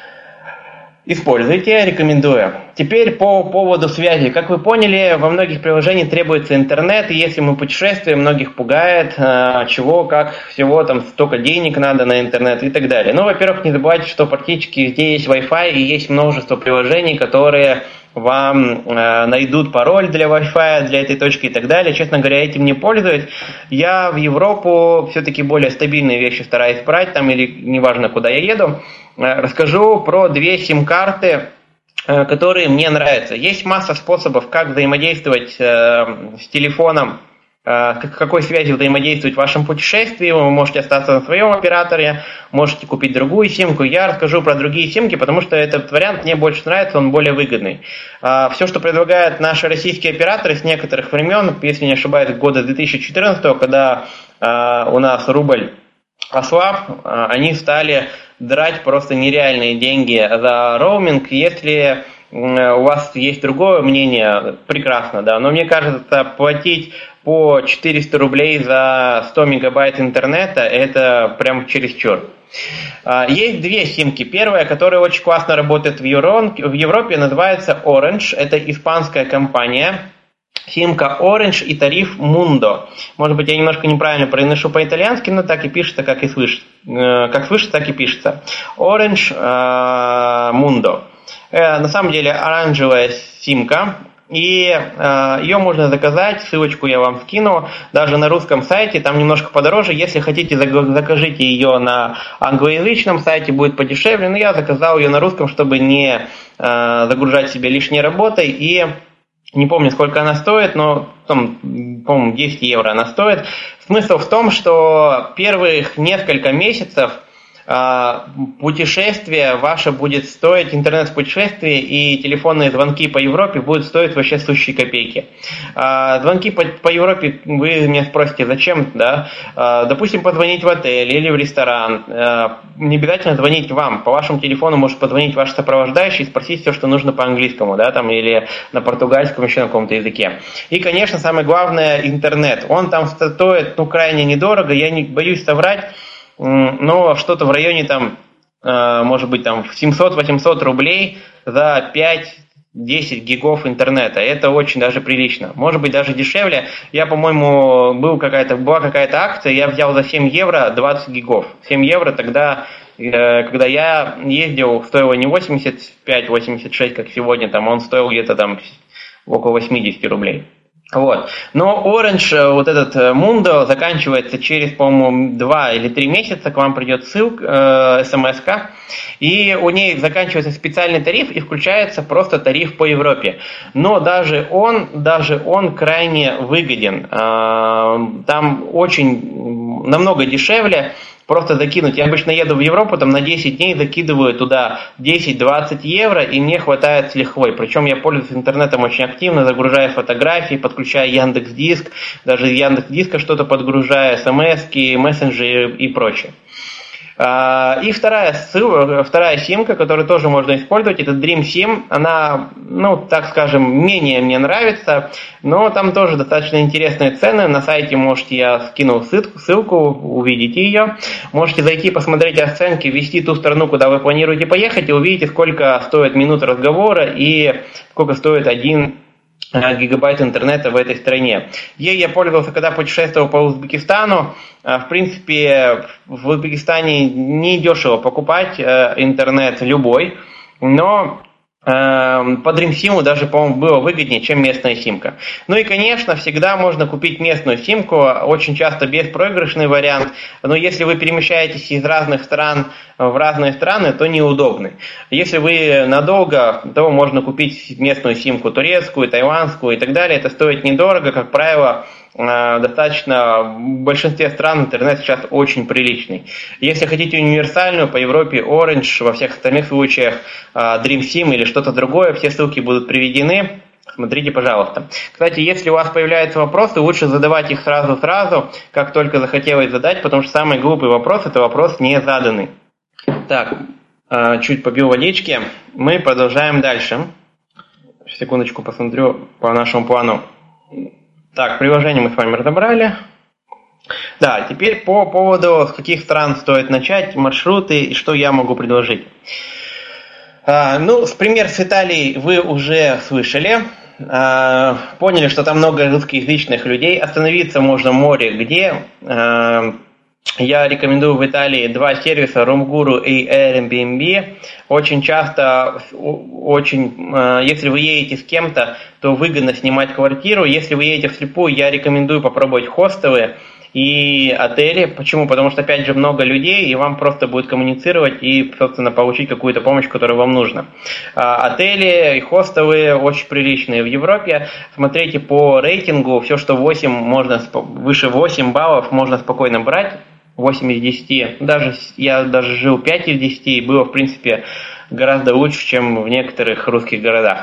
C: Используйте, рекомендую. Теперь по поводу связи. Как вы поняли, во многих приложениях требуется интернет, и если мы путешествуем, многих пугает, чего, как, всего, там столько денег надо на интернет и так далее. Ну, во-первых, не забывайте, что практически везде есть Wi-Fi, и есть множество приложений, которые вам найдут пароль для Wi-Fi, для этой точки и так далее. Честно говоря, этим не пользуюсь. Я в Европу все-таки более стабильные вещи стараюсь брать, там или неважно, куда я еду. Расскажу про 2 сим-карты, которые мне нравятся. Есть масса способов, как взаимодействовать с телефоном, какой связи взаимодействовать в вашем путешествии. Вы можете остаться на своем операторе, можете купить другую симку. Я расскажу про другие симки, потому что этот вариант мне больше нравится, он более выгодный. Все, что предлагают наши российские операторы с некоторых времен, если не ошибаюсь, года 2014, когда у нас рубль ослаб, они стали драть просто нереальные деньги за роуминг. Если у вас есть другое мнение, прекрасно, да, но мне кажется, платить по 400 рублей за 100 мегабайт интернета, это прям чересчур. Есть 2 симки. Первая, которая очень классно работает в Европе, называется Orange. Это испанская компания. Симка Orange и тариф Mundo. Может быть, я немножко неправильно произношу по-итальянски, но так и пишется, как и слышится. Как слышится, так и пишется. Orange Mundo. На самом деле оранжевая симка. И ее можно заказать, ссылочку я вам скину, даже на русском сайте, там немножко подороже. Если хотите, закажите ее на англоязычном сайте, будет подешевле. Но я заказал ее на русском, чтобы не загружать себе лишней работой. И не помню, сколько она стоит, но, по-моему, 10 евро она стоит. Смысл в том, что первых несколько месяцев путешествие ваше будет стоить, интернет в путешествии и телефонные звонки по Европе будут стоить вообще сущие копейки. Звонки по Европе, вы меня спросите, зачем, да? Допустим, позвонить в отель или в ресторан. Не обязательно звонить вам. По вашему телефону может позвонить ваш сопровождающий и спросить все, что нужно по-английскому, да, там, или на португальском, еще на каком-то языке. И, конечно, самое главное, интернет. Он там стоит, крайне недорого, я не боюсь соврать, но что-то в районе там, может быть, там 700-800 рублей за 5-10 гигов интернета. Это очень даже прилично. Может быть, даже дешевле. Я, по-моему, была какая-то акция, я взял за 7 евро 20 гигов. 7 евро тогда, когда я ездил, стоило не 85-86, как сегодня, там он стоил где-то там около 80 рублей. Вот. Но Orange, вот этот Mundo, заканчивается через, по-моему, 2 или 3 месяца, к вам придет ссылка, смс-ка, и у ней заканчивается специальный тариф и включается просто тариф по Европе. Но даже он крайне выгоден. Там очень намного дешевле. Просто закинуть. Я обычно еду в Европу, там на 10 дней закидываю туда 10-20 евро, и мне хватает с лихвой. Причем я пользуюсь интернетом очень активно, загружаю фотографии, подключаю Яндекс.Диск, даже из Яндекс.Диска что-то подгружаю, смс-ки, мессенджеры и прочее. И вторая симка, которую тоже можно использовать, это Dream SIM. Она, так скажем, менее мне нравится, но там тоже достаточно интересные цены. На сайте я скинул ссылку, увидите ее. Можете зайти, посмотреть расценки, ввести ту страну, куда вы планируете поехать, и увидите, сколько стоит минута разговора и сколько стоит 1 гигабайт интернета в этой стране. Ей я пользовался, когда путешествовал по Узбекистану. В принципе, в Узбекистане не дешево покупать интернет любой, но по Dream SIM даже, по-моему, было выгоднее, чем местная симка. Ну и, конечно, всегда можно купить местную симку, очень часто беспроигрышный вариант, но если вы перемещаетесь из разных стран в разные страны, то неудобный. Если вы надолго, то можно купить местную симку турецкую, тайванскую и так далее. Это стоит недорого, как правило, достаточно в большинстве стран интернет сейчас очень приличный. Если хотите универсальную, по Европе Orange, во всех остальных случаях Dream SIM или что-то другое, все ссылки будут приведены. Смотрите, пожалуйста. Кстати, если у вас появляются вопросы, лучше задавать их сразу, как только захотелось задать, потому что самый глупый вопрос – это вопрос не заданный. Так, чуть попью водички. Мы продолжаем дальше. Секундочку посмотрю по нашему плану. Так, приложение мы с вами разобрали. Да, теперь по поводу, с каких стран стоит начать, маршруты и что я могу предложить. Пример с Италией вы уже слышали. Поняли, что там много русскоязычных людей. Остановиться можно в море, где... Я рекомендую в Италии 2 сервиса, Room.Guru и Airbnb. Очень часто, если вы едете с кем-то, то выгодно снимать квартиру. Если вы едете вслепую, я рекомендую попробовать хостелы и отели. Почему? Потому что, опять же, много людей, и вам просто будет коммуницировать и, собственно, получить какую-то помощь, которая вам нужна. Отели и хостелы очень приличные в Европе. Смотрите по рейтингу, все, что выше 8 баллов, можно спокойно брать. 8 из 10. Я даже жил 5 из 10, и было, в принципе, гораздо лучше, чем в некоторых русских городах.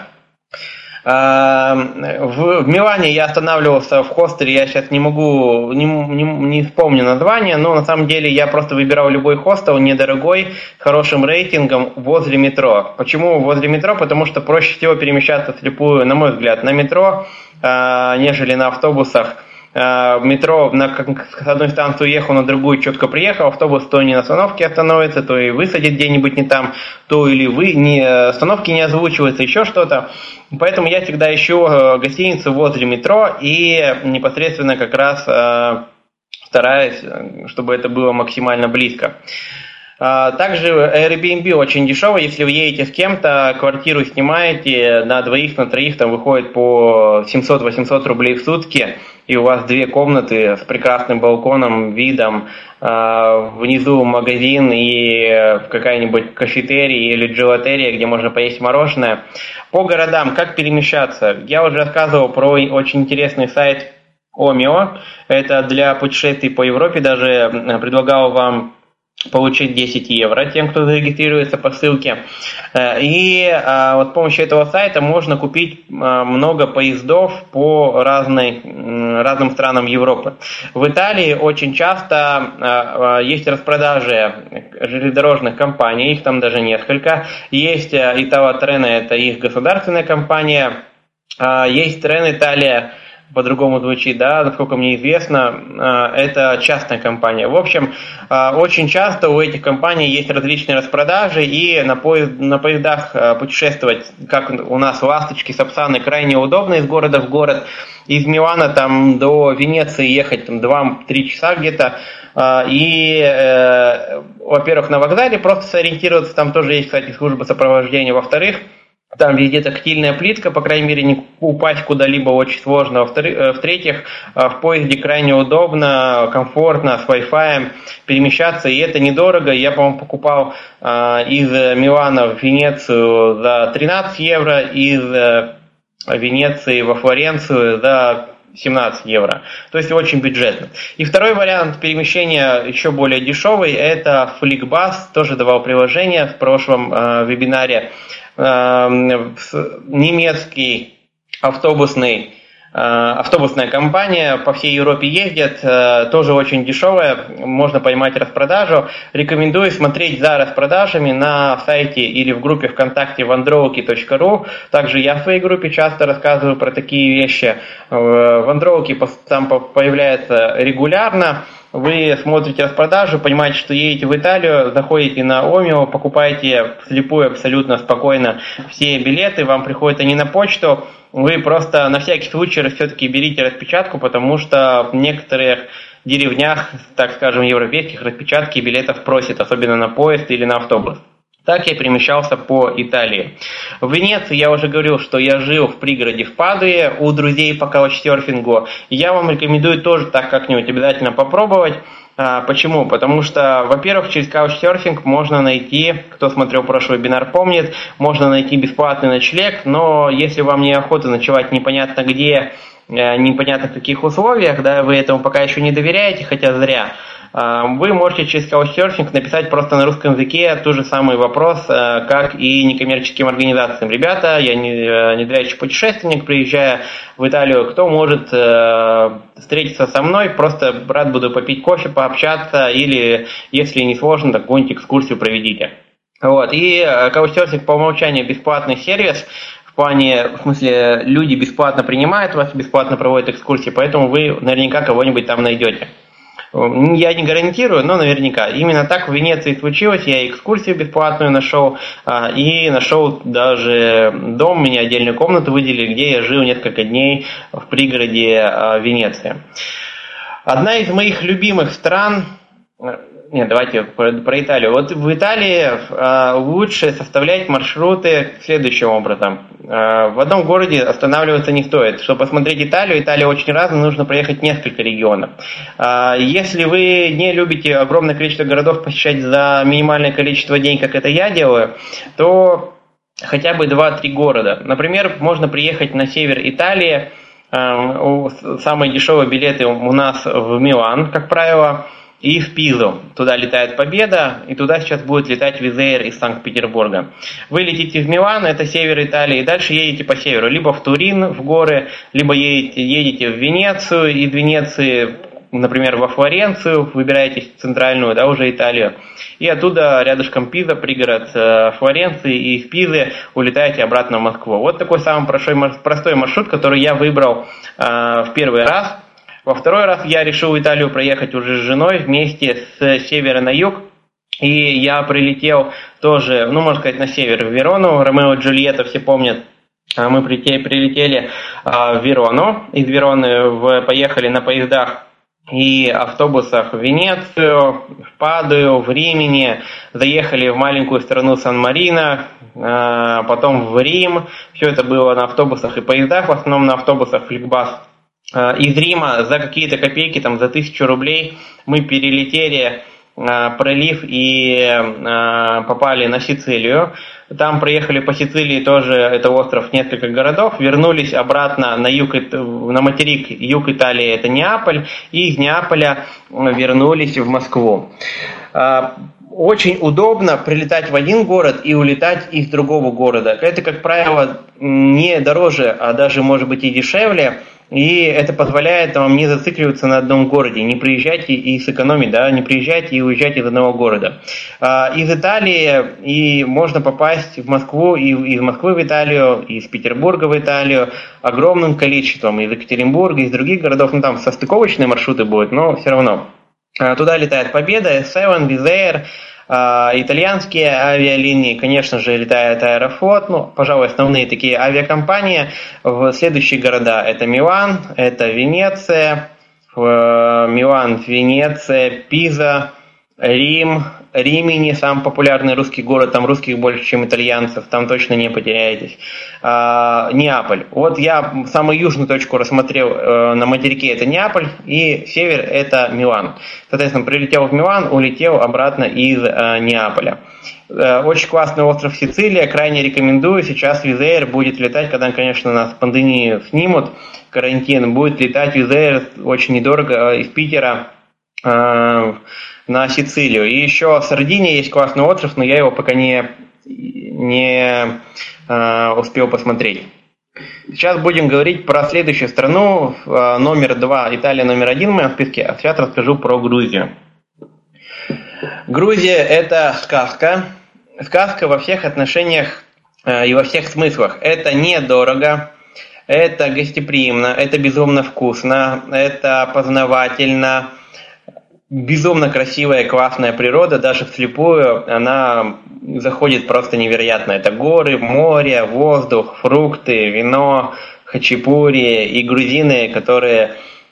C: В Милане я останавливался в хостеле, я сейчас не вспомню название, но на самом деле я просто выбирал любой хостел, недорогой, с хорошим рейтингом, возле метро. Почему возле метро? Потому что проще всего перемещаться вслепую, на мой взгляд, на метро, нежели на автобусах. Метро с одной станции уехал, на другую четко приехал, автобус то не на остановке остановится, то и высадит где-нибудь не там, то или остановки не озвучиваются, еще что-то. Поэтому я всегда ищу гостиницу возле метро и непосредственно как раз стараюсь, чтобы это было максимально близко. Также Airbnb очень дешево, если вы едете с кем-то, квартиру снимаете, на двоих, на троих там выходит по 700-800 рублей в сутки, и у вас 2 комнаты с прекрасным балконом, видом, внизу магазин и какая-нибудь кафетерия или джелатерия, где можно поесть мороженое. По городам, как перемещаться? Я уже рассказывал про очень интересный сайт Omio, это для путешествий по Европе, даже предлагал вам получить 10 евро тем, кто зарегистрируется по ссылке. И вот с помощью этого сайта можно купить много поездов по разным странам Европы. В Италии очень часто есть распродажи железнодорожных компаний, их там даже несколько. Есть Италотрено, это их государственная компания. Есть Трен Италия, по-другому звучит, да, насколько мне известно, это частная компания. В общем, очень часто у этих компаний есть различные распродажи, и на поездах путешествовать, как у нас ласточки, сапсаны, крайне удобно из города в город. Из Милана там до Венеции ехать 2-3 часа где-то. И, во-первых, на вокзале просто сориентироваться, там тоже есть, кстати, служба сопровождения. Во-вторых, Там везде тактильная плитка, по крайней мере, не упасть куда-либо очень сложно. В-третьих, в поезде крайне удобно, комфортно, с Wi-Fi перемещаться, и это недорого. Я, по-моему, покупал из Милана в Венецию за 13 евро, из Венеции во Флоренцию за 17 евро. То есть очень бюджетно. И второй вариант перемещения еще более дешевый, это FlickBus, тоже давал приложение в прошлом вебинаре. Немецкий автобусная компания, по всей Европе ездит, тоже очень дешевая, можно поймать распродажу. Рекомендую смотреть за распродажами на сайте или в группе ВКонтакте wandrowki.ru. Также я в своей группе часто рассказываю про такие вещи. Wandrowki там появляется регулярно. Вы смотрите распродажу, понимаете, что едете в Италию, заходите на Омио, покупаете вслепую абсолютно спокойно все билеты, вам приходят они на почту. Вы просто на всякий случай все-таки берите распечатку, потому что в некоторых деревнях, так скажем, европейских, распечатки билетов просят, особенно на поезд или на автобус. Так я перемещался по Италии. В Венеции я уже говорил, что я жил в пригороде в Падуе у друзей по каучсерфингу. И я вам рекомендую тоже так как-нибудь обязательно попробовать. Почему? Потому что, во-первых, через каучсерфинг можно найти, кто смотрел прошлый вебинар, помнит, можно найти бесплатный ночлег, но если вам неохота ночевать непонятно где, непонятно в каких условиях, да, вы этому пока еще не доверяете, хотя зря, вы можете через каучсерфинг написать просто на русском языке тот же самый вопрос, как и некоммерческим организациям. Ребята, я внедряющий путешественник, приезжая в Италию, кто может встретиться со мной, просто рад буду попить кофе, пообщаться, или, если не сложно, так какую-нибудь экскурсию проведите. Вот. И каучсерфинг по умолчанию бесплатный сервис. В смысле, люди бесплатно принимают вас, бесплатно проводят экскурсии, поэтому вы наверняка кого-нибудь там найдете. Я не гарантирую, но наверняка. Именно так в Венеции случилось. Я экскурсию бесплатную нашел, и нашел даже дом, мне отдельную комнату выделили, где я жил несколько дней в пригороде Венеции. Одна из моих любимых стран... Нет, давайте про Италию. Вот в Италии лучше составлять маршруты следующим образом. В одном городе останавливаться не стоит. Чтобы посмотреть Италию, Италия очень разная, нужно проехать несколько регионов. Если вы не любите огромное количество городов посещать за минимальное количество дней, как это я делаю, то хотя бы 2-3 города. Например, можно приехать на север Италии. Самые дешевые билеты у нас в Милан, как правило, и в Пизу. Туда летает Победа, и туда сейчас будет летать Wizz Air из Санкт-Петербурга. Вы летите в Милан, это север Италии, и дальше едете по северу. Либо в Турин, в горы, либо едете в Венецию, из Венеции, например, во Флоренцию, выбираете центральную, да, уже Италию. И оттуда рядышком Пиза, пригород Флоренции, и из Пизы улетаете обратно в Москву. Вот такой самый простой маршрут, который я выбрал в первый раз. Во второй раз я решил Италию проехать уже с женой вместе с севера на юг. И я прилетел тоже, можно сказать, на север, в Верону. Ромео и Джульетта все помнят. Мы прилетели в Верону. Из Вероны поехали на поездах и автобусах в Венецию, в Падую, в Римени. Заехали в маленькую страну Сан-Марино, потом в Рим. Все это было на автобусах и поездах, в основном на автобусах FlickBus. Из Рима за какие-то копейки, там за 1000 рублей, мы перелетели пролив и попали на Сицилию. Там проехали по Сицилии тоже, это остров, несколько городов, вернулись обратно на юг, на материк, юг Италии, это Неаполь, и из Неаполя вернулись в Москву. Очень удобно прилетать в один город и улетать из другого города. Это, как правило, не дороже, а даже, может быть, и дешевле. И это позволяет вам не зацикливаться на одном городе, не приезжать и сэкономить, да, не приезжать и уезжать из одного города. Из Италии и можно попасть в Москву, и из Москвы в Италию, и из Петербурга в Италию огромным количеством, из Екатеринбурга, из других городов, там состыковочные маршруты будут, но все равно. Туда летает Победа, S7, Wizz Air, итальянские авиалинии, конечно же, летает Аэрофлот, пожалуй, основные такие авиакомпании. В следующие города это Милан, это Венеция, Милан, Венеция, Пиза, Рим, Римини, самый популярный русский город, там русских больше, чем итальянцев, там точно не потеряетесь. Неаполь. Вот я самую южную точку рассмотрел на материке, это Неаполь, и север это Милан. Соответственно, прилетел в Милан, улетел обратно из Неаполя. Очень классный остров Сицилия, крайне рекомендую. Сейчас Wizz Air будет летать, когда, конечно, нас пандемию снимут, карантин, будет летать Wizz Air очень недорого из Питера на Сицилию. И еще в Сардинии есть классный остров, но я его пока не успел посмотреть. Сейчас будем говорить про следующую страну, номер 2, Италия номер 1 в моем списке, а сейчас расскажу про Грузию. Грузия – это сказка. Сказка во всех отношениях и во всех смыслах. Это недорого, это гостеприимно, это безумно вкусно, это познавательно, безумно красивая и классная природа. Даже вслепую она заходит просто невероятно. Это горы, море, воздух, фрукты, вино, хачапури и грузины, которые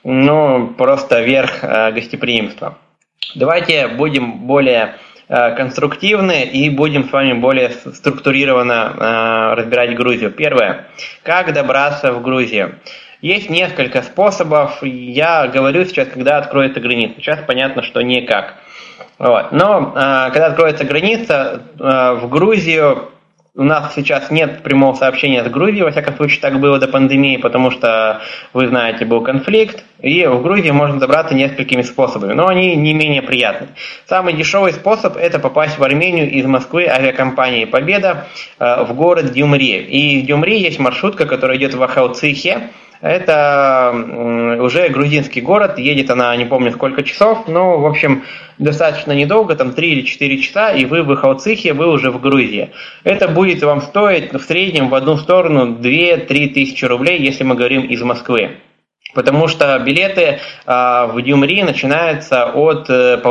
C: просто верх гостеприимства. Давайте будем более конструктивны и будем с вами более структурированно разбирать Грузию. Первое. Как добраться в Грузию? Есть несколько способов. Я говорю сейчас, когда откроется граница. Сейчас понятно, что никак. Вот. Но когда откроется граница, в Грузию у нас сейчас нет прямого сообщения с Грузией, во всяком случае так было до пандемии, потому что, вы знаете, был конфликт, и в Грузию можно добраться несколькими способами, но они не менее приятны. Самый дешевый способ – это попасть в Армению из Москвы авиакомпании «Победа» в город Гюмри. И в Гюмри есть маршрутка, которая идет в Ахалцихе. Это уже грузинский город, едет она, не помню сколько часов, но, в общем, достаточно недолго, там 3 или 4 часа, и вы в Ахалцихе, вы уже в Грузии. Это будет вам стоить в среднем в одну сторону 2-3 тысячи рублей, если мы говорим из Москвы. Потому что билеты в Гюмри начинаются от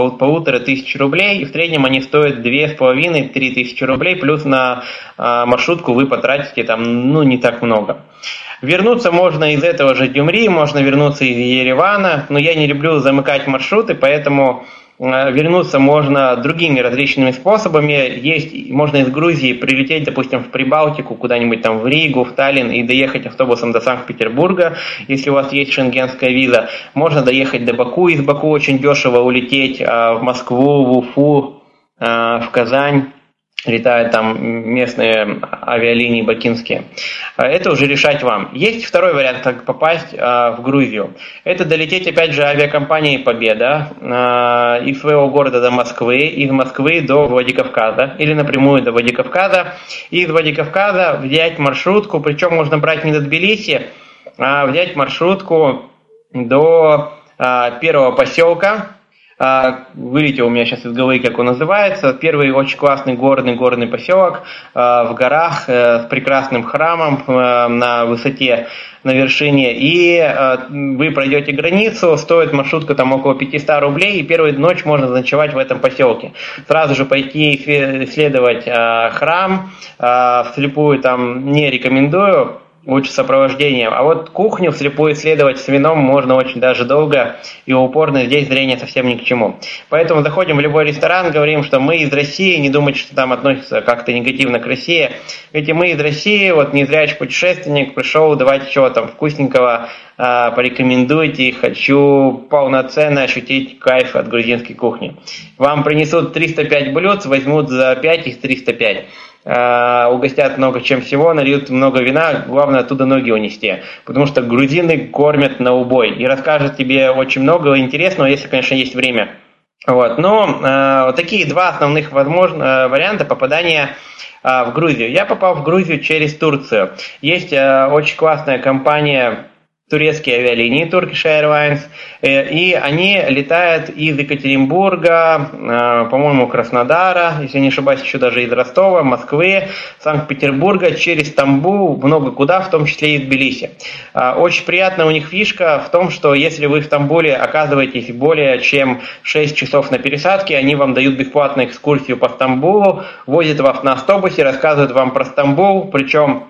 C: 1500 рублей, и в среднем они стоят 2500-3 тысячи рублей, плюс на маршрутку вы потратите там, не так много. Вернуться можно из этого же Гюмри, можно вернуться из Еревана, но я не люблю замыкать маршруты, поэтому вернуться можно другими различными способами. Можно из Грузии прилететь, допустим, в Прибалтику, куда-нибудь там в Ригу, в Таллин и доехать автобусом до Санкт-Петербурга, если у вас есть шенгенская виза. Можно доехать до Баку, из Баку очень дешево улететь в Москву, в Уфу, в Казань. Летают там местные авиалинии бакинские. Это уже решать вам. Есть второй вариант, как попасть в Грузию. Это долететь опять же авиакомпанией «Победа» из своего города до Москвы, из Москвы до Владикавказа или напрямую до Владикавказа. И из Владикавказа взять маршрутку, причем можно брать не до Тбилиси, а взять маршрутку до первого поселка. Вылетел у меня сейчас из головы, как он называется. Первый очень классный горный поселок в горах с прекрасным храмом на высоте, на вершине. И вы пройдете границу, стоит маршрутка там около 500 рублей, и первую ночь можно заночевать в этом поселке. Сразу же пойти исследовать храм, вслепую там не рекомендую, лучше с сопровождением. А вот кухню вслепую исследовать с вином можно очень даже долго и упорно, здесь зрение совсем ни к чему. Поэтому заходим в любой ресторан, говорим, что мы из России, не думайте, что там относятся как-то негативно к России. Ведь мы из России, вот незрячий путешественник, пришел, давайте чего там вкусненького порекомендуйте, хочу полноценно ощутить кайф от грузинской кухни. Вам принесут 305 блюд, возьмут за 5 их 305. Угостят много чем всего, нальют много вина, главное оттуда ноги унести, потому что грузины кормят на убой и расскажут тебе очень много интересного, если, конечно, есть время. Вот. Но такие два основных варианта попадания в Грузию. Я попал в Грузию через Турцию. Есть очень классная компания, турецкие авиалинии, Turkish Airlines, и они летают из Екатеринбурга, по-моему, Краснодара, если не ошибаюсь, еще даже из Ростова, Москвы, Санкт-Петербурга, через Стамбул, много куда, в том числе и из Тбилиси. Очень приятная у них фишка в том, что если вы в Стамбуле оказываетесь более чем 6 часов на пересадке, они вам дают бесплатную экскурсию по Стамбулу, возят вас на автобусе, рассказывают вам про Стамбул, причем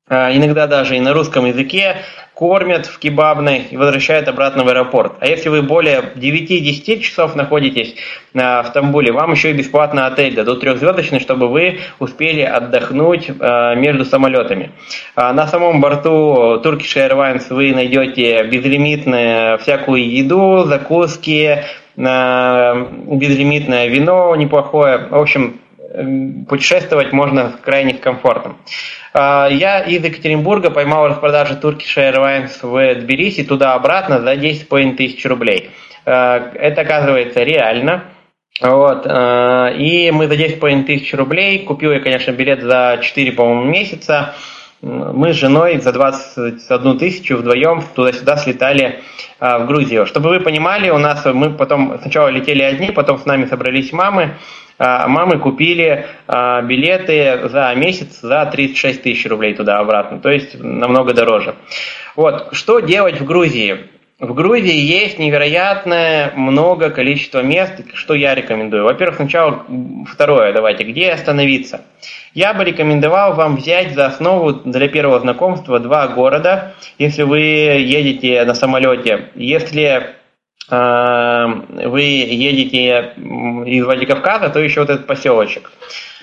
C: иногда даже и на русском языке, кормят в кебабной и возвращают обратно в аэропорт. А если вы более 9-10 часов находитесь в Стамбуле, вам еще и бесплатно отель дадут 3-звездочный, чтобы вы успели отдохнуть между самолетами. На самом борту Turkish Airlines вы найдете безлимитную всякую еду, закуски, безлимитное вино неплохое. В общем, путешествовать можно крайне комфортно. Я из Екатеринбурга поймал распродажу Turkish Airlines в Тбилиси туда-обратно за 10,5 тысяч рублей. Это оказывается реально. Вот. И мы за 10,5 тысяч рублей, купил я, конечно, билет за 4, по-моему, месяца. Мы с женой за 21 тысячу вдвоем туда-сюда слетали в Грузию. Чтобы вы понимали, мы потом сначала летели одни, потом с нами собрались мамы. Мамы купили билеты за месяц за 36 тысяч рублей туда-обратно, то есть намного дороже. Вот. Что делать в Грузии? В Грузии есть невероятное много количества мест, что я рекомендую. Во-первых, сначала второе, давайте, где остановиться. Я бы рекомендовал вам взять за основу для первого знакомства 2 города, если вы едете на самолете. Если вы едете из Владикавказа, то еще вот этот поселочек.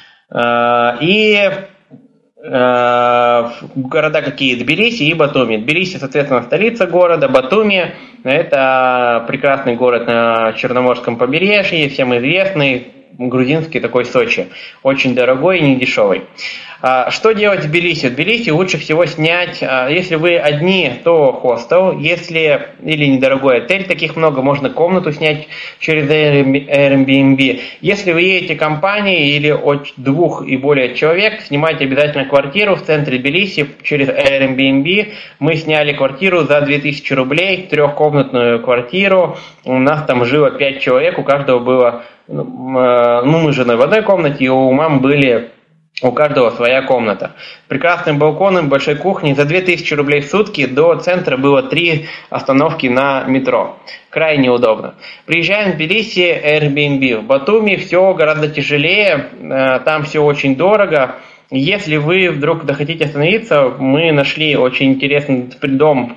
C: И города какие? Тбилиси и Батуми. Тбилиси, соответственно, столица города. Батуми – это прекрасный город на Черноморском побережье, всем известный, грузинский такой Сочи. Очень дорогой и недешевый. Что делать в Тбилиси? В Тбилиси лучше всего снять, если вы одни, то хостел, или недорогой отель, таких много, можно комнату снять через Airbnb. Если вы едете компанией или от 2 и более человек, снимайте обязательно квартиру в центре Тбилиси через Airbnb. Мы сняли квартиру за 2000 рублей, 3-комнатную квартиру. У нас там жило 5 человек, у каждого было, мы с женой в одной комнате, и у мам были... У каждого своя комната. Прекрасным балконом, большой кухней. За 2000 рублей в сутки до центра было 3 остановки на метро. Крайне удобно. Приезжаем в Тбилиси, Airbnb. В Батуми все гораздо тяжелее, там все очень дорого. Если вы вдруг захотите остановиться, мы нашли очень интересный дом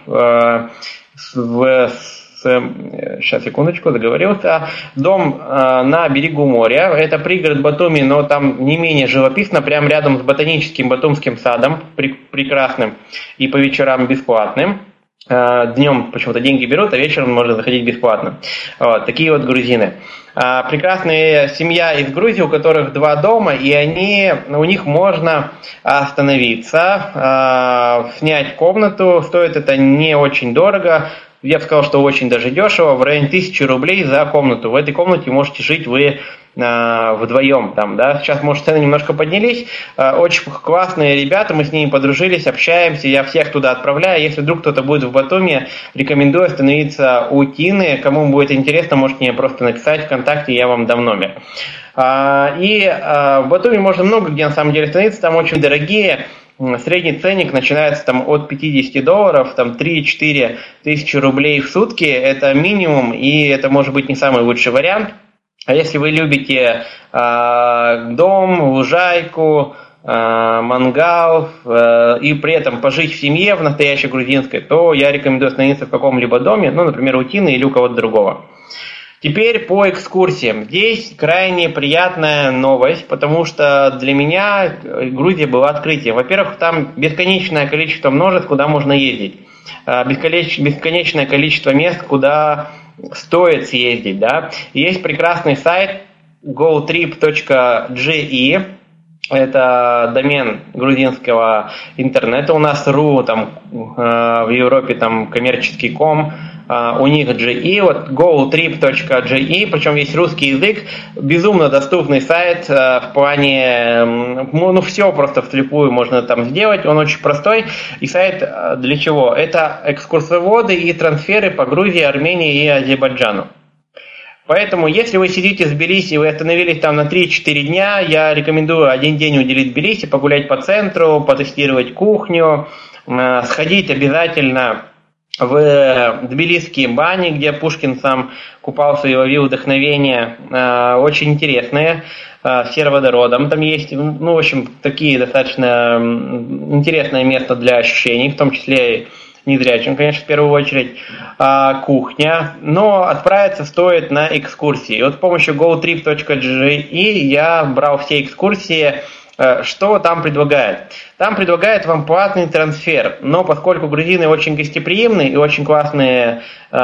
C: сейчас, секундочку, договорился. Дом на берегу моря. Это пригород Батуми, но там не менее живописно, прямо рядом с ботаническим батумским садом, прекрасным, и по вечерам бесплатным. Днем почему-то деньги берут, а вечером можно заходить бесплатно. Вот, такие вот грузины. Прекрасная семья из Грузии, у которых 2 дома, и у них можно остановиться, снять комнату. Стоит это не очень дорого. Я бы сказал, что очень даже дешево, в районе 1000 рублей за комнату. В этой комнате можете жить вы вдвоем. Там, да? Сейчас, может, цены немножко поднялись. Очень классные ребята, мы с ними подружились, общаемся, я всех туда отправляю. Если вдруг кто-то будет в Батуми, рекомендую остановиться у Тины. Кому будет интересно, можете мне просто написать ВКонтакте, я вам дам номер. И в Батуми можно много где на самом деле остановиться, там очень дорогие. Средний ценник начинается там от $50, там 3-4 тысячи рублей в сутки, это минимум, и это может быть не самый лучший вариант. А если вы любите дом, лужайку, мангал и при этом пожить в семье в настоящей грузинской, то я рекомендую остановиться в каком-либо доме, например, у Тины или у кого-то другого. Теперь по экскурсиям. Здесь крайне приятная новость, потому что для меня Грузия была открытием. Во-первых, там бесконечное количество множеств, куда можно ездить. Бесконечное количество мест, куда стоит съездить. Да? Есть прекрасный сайт gotrip.ge. Это домен грузинского интернета. У нас .ru, там, в Европе там коммерческий ком, у них GE, вот gotrip.ge, причем есть русский язык, безумно доступный сайт в плане, все просто вслепую можно там сделать, он очень простой. И сайт для чего? Это экскурсоводы и трансферы по Грузии, Армении и Азербайджану. Поэтому, если вы сидите в Тбилиси, вы остановились там на 3-4 дня, я рекомендую 1 день уделить Тбилиси, погулять по центру, потестировать кухню, сходить обязательно в тбилисские бани, где Пушкин сам купался и ловил вдохновение, очень интересные, с сероводородом. Там есть, в общем, такие достаточно интересное место для ощущений, в том числе и незрячим, конечно, в первую очередь, кухня. Но отправиться стоит на экскурсии. И вот с помощью gotrip.gg я брал все экскурсии. Что там предлагает? Там предлагает вам платный трансфер, но поскольку грузины очень гостеприимные и очень классные,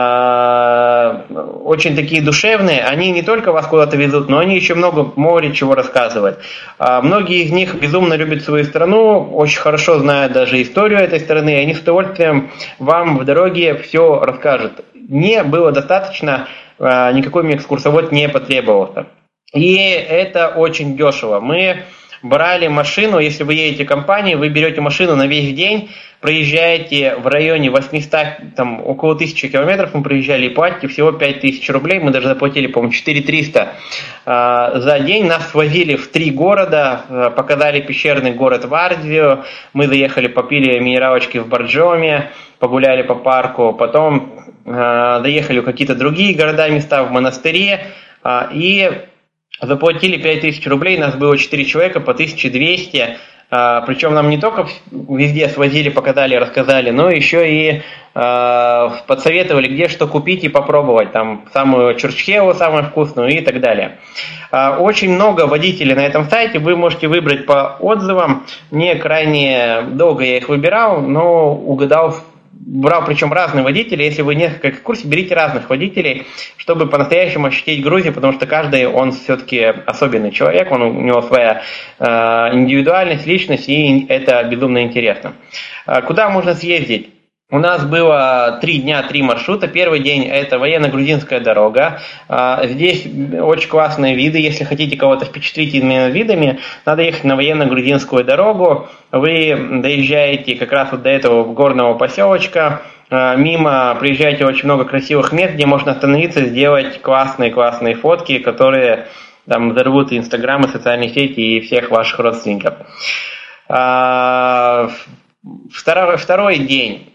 C: очень такие душевные, они не только вас куда-то везут, но они еще море чего рассказывают. Многие из них безумно любят свою страну, очень хорошо знают даже историю этой страны, и они с удовольствием вам в дороге все расскажут. Не было достаточно, никакой экскурсовод не потребовался. И это очень дешево. Мы брали машину, если вы едете компанией, вы берете машину на весь день, проезжаете в районе 800, там около 1000 километров мы проезжали и платите всего 5000 рублей, мы даже заплатили, по-моему, 4300 за день, нас свозили в 3 города, показали пещерный город Вардию, мы заехали, попили минералочки в Борджоме, погуляли по парку, потом доехали в какие-то другие города, места, в монастыри, и заплатили 5000 рублей, нас было 4 человека по 1200, причем нам не только везде свозили, показали, рассказали, но еще и подсоветовали, где что купить и попробовать, там самую чурчхелу, самую вкусную и так далее. Очень много водителей на этом сайте, вы можете выбрать по отзывам, мне крайне долго я их выбирал, но брал причем разные водители, если вы несколько экскурсий, берите разных водителей, чтобы по-настоящему ощутить Грузию, потому что каждый, он все-таки особенный человек, у него своя индивидуальность, личность, и это безумно интересно. Куда можно съездить? У нас было 3 дня, 3 маршрута. Первый день – это военно-грузинская дорога. Здесь очень классные виды. Если хотите кого-то впечатлить именно видами, надо ехать на военно-грузинскую дорогу. Вы доезжаете как раз вот до этого горного поселочка. Мимо приезжаете очень много красивых мест, где можно остановиться, сделать классные фотки, которые там взорвут и Инстаграм, и социальные сети, и всех ваших родственников. Второй день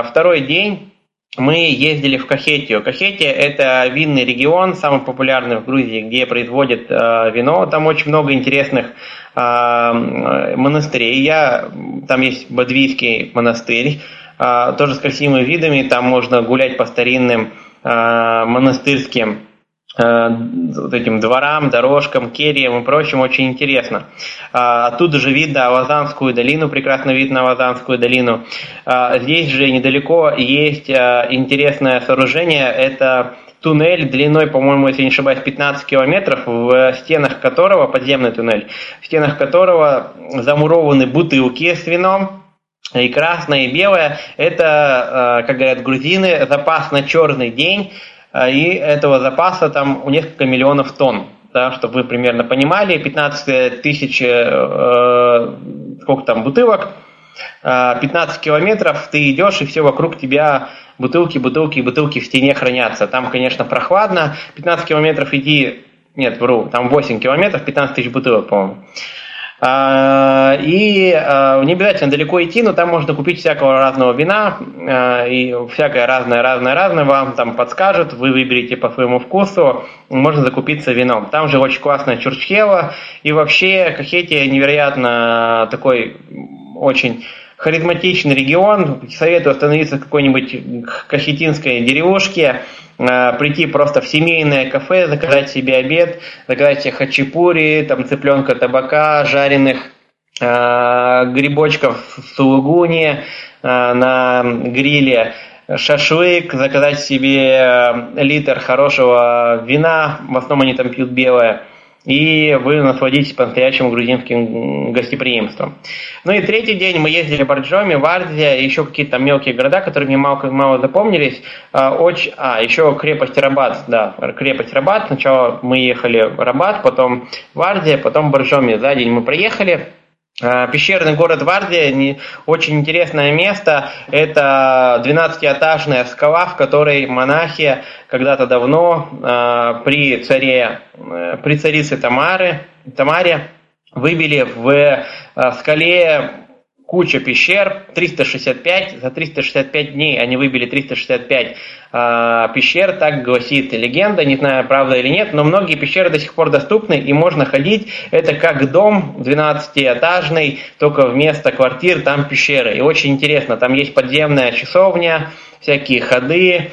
C: мы ездили в Кахетию. Кахетия – это винный регион, самый популярный в Грузии, где производят вино. Там очень много интересных монастырей. Там есть Бадвийский монастырь, тоже с красивыми видами. Там можно гулять по старинным монастырским вот этим дворам, дорожкам, кельям и прочим, очень интересно. Оттуда же видно Алазанскую долину, прекрасный вид на Алазанскую долину. Здесь же недалеко есть интересное сооружение, это туннель длиной, по-моему, если не ошибаюсь, 15 километров, в стенах которого, подземный туннель, в стенах которого замурованы бутылки с вином, и красное, и белое. Это, как говорят грузины, запас на черный день. И этого запаса там у несколько миллионов тонн, да, чтобы вы примерно понимали, 15 тысяч, сколько там бутылок, 15 километров ты идешь, и все вокруг тебя бутылки в стене хранятся. Там, конечно, прохладно, 15 километров иди, нет, вру, там 8 километров, 15 тысяч бутылок, по-моему. И не обязательно далеко идти, но там можно купить всякого разного вина, и всякое разное вам там подскажут, вы выберете по своему вкусу, можно закупиться вином. Там же очень классная чурчхела, и вообще Кахетия невероятно такой очень харизматичный регион. Советую остановиться в какой-нибудь кахетинской деревушке, прийти просто в семейное кафе, заказать себе обед, заказать себе хачапури, там цыпленка, табака, жареных грибочков в сулугуни на гриле, шашлык, заказать себе литр хорошего вина, в основном они там пьют белое, и вы насладитесь по-настоящему грузинским гостеприимством. Ну и третий день мы ездили в Борджоме, Вардия, еще какие-то там мелкие города, которые мне мало запомнились. Еще крепость Рабат, да, крепость Рабат. Сначала мы ехали в Рабат, потом Вардия, потом Борджоме. За день мы проехали. Пещерный город Вардия, очень интересное место, это 12-этажная скала, в которой монахи когда-то давно при царице Тамаре выбили в скале куча пещер, 365, за 365 дней они выбили 365 пещер, так гласит легенда, не знаю, правда или нет, но многие пещеры до сих пор доступны и можно ходить, это как дом 12-этажный, только вместо квартир там пещеры, и очень интересно, там есть подземная часовня, всякие ходы,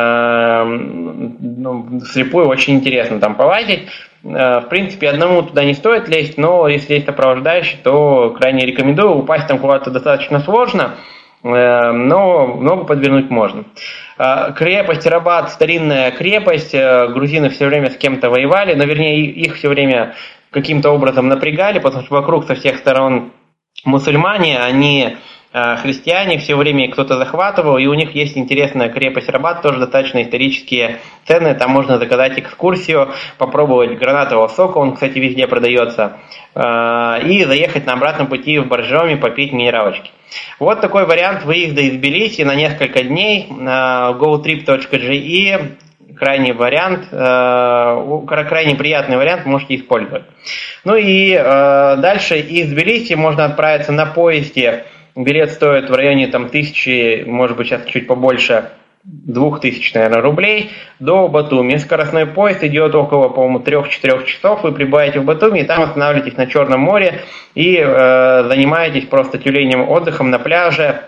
C: вслепую очень интересно там полазить. В принципе, одному туда не стоит лезть, но если есть сопровождающий, то крайне рекомендую. Упасть там куда-то достаточно сложно, но ногу подвернуть можно. Крепость Рабат, старинная крепость, грузины все время с кем-то воевали, но вернее их все время каким-то образом напрягали, потому что вокруг со всех сторон мусульмане, они христиане, все время кто-то захватывал, и у них есть интересная крепость Рабат, тоже достаточно исторические цены, там можно заказать экскурсию, попробовать гранатового сока, он, кстати, везде продается, и заехать на обратном пути в Боржоми, попить минералочки. Вот такой вариант выезда из Тбилиси на несколько дней, gotrip.ge, крайний вариант, крайне приятный вариант, можете использовать. Ну и дальше из Тбилиси можно отправиться на поезде. Билет стоит в районе 1000, может быть сейчас чуть побольше, 2000, наверное, рублей до Батуми. Скоростной поезд идет около, по-моему, 3-4 часов. Вы прибываете в Батуми и там останавливаетесь на Черном море и занимаетесь просто тюленевым отдыхом на пляже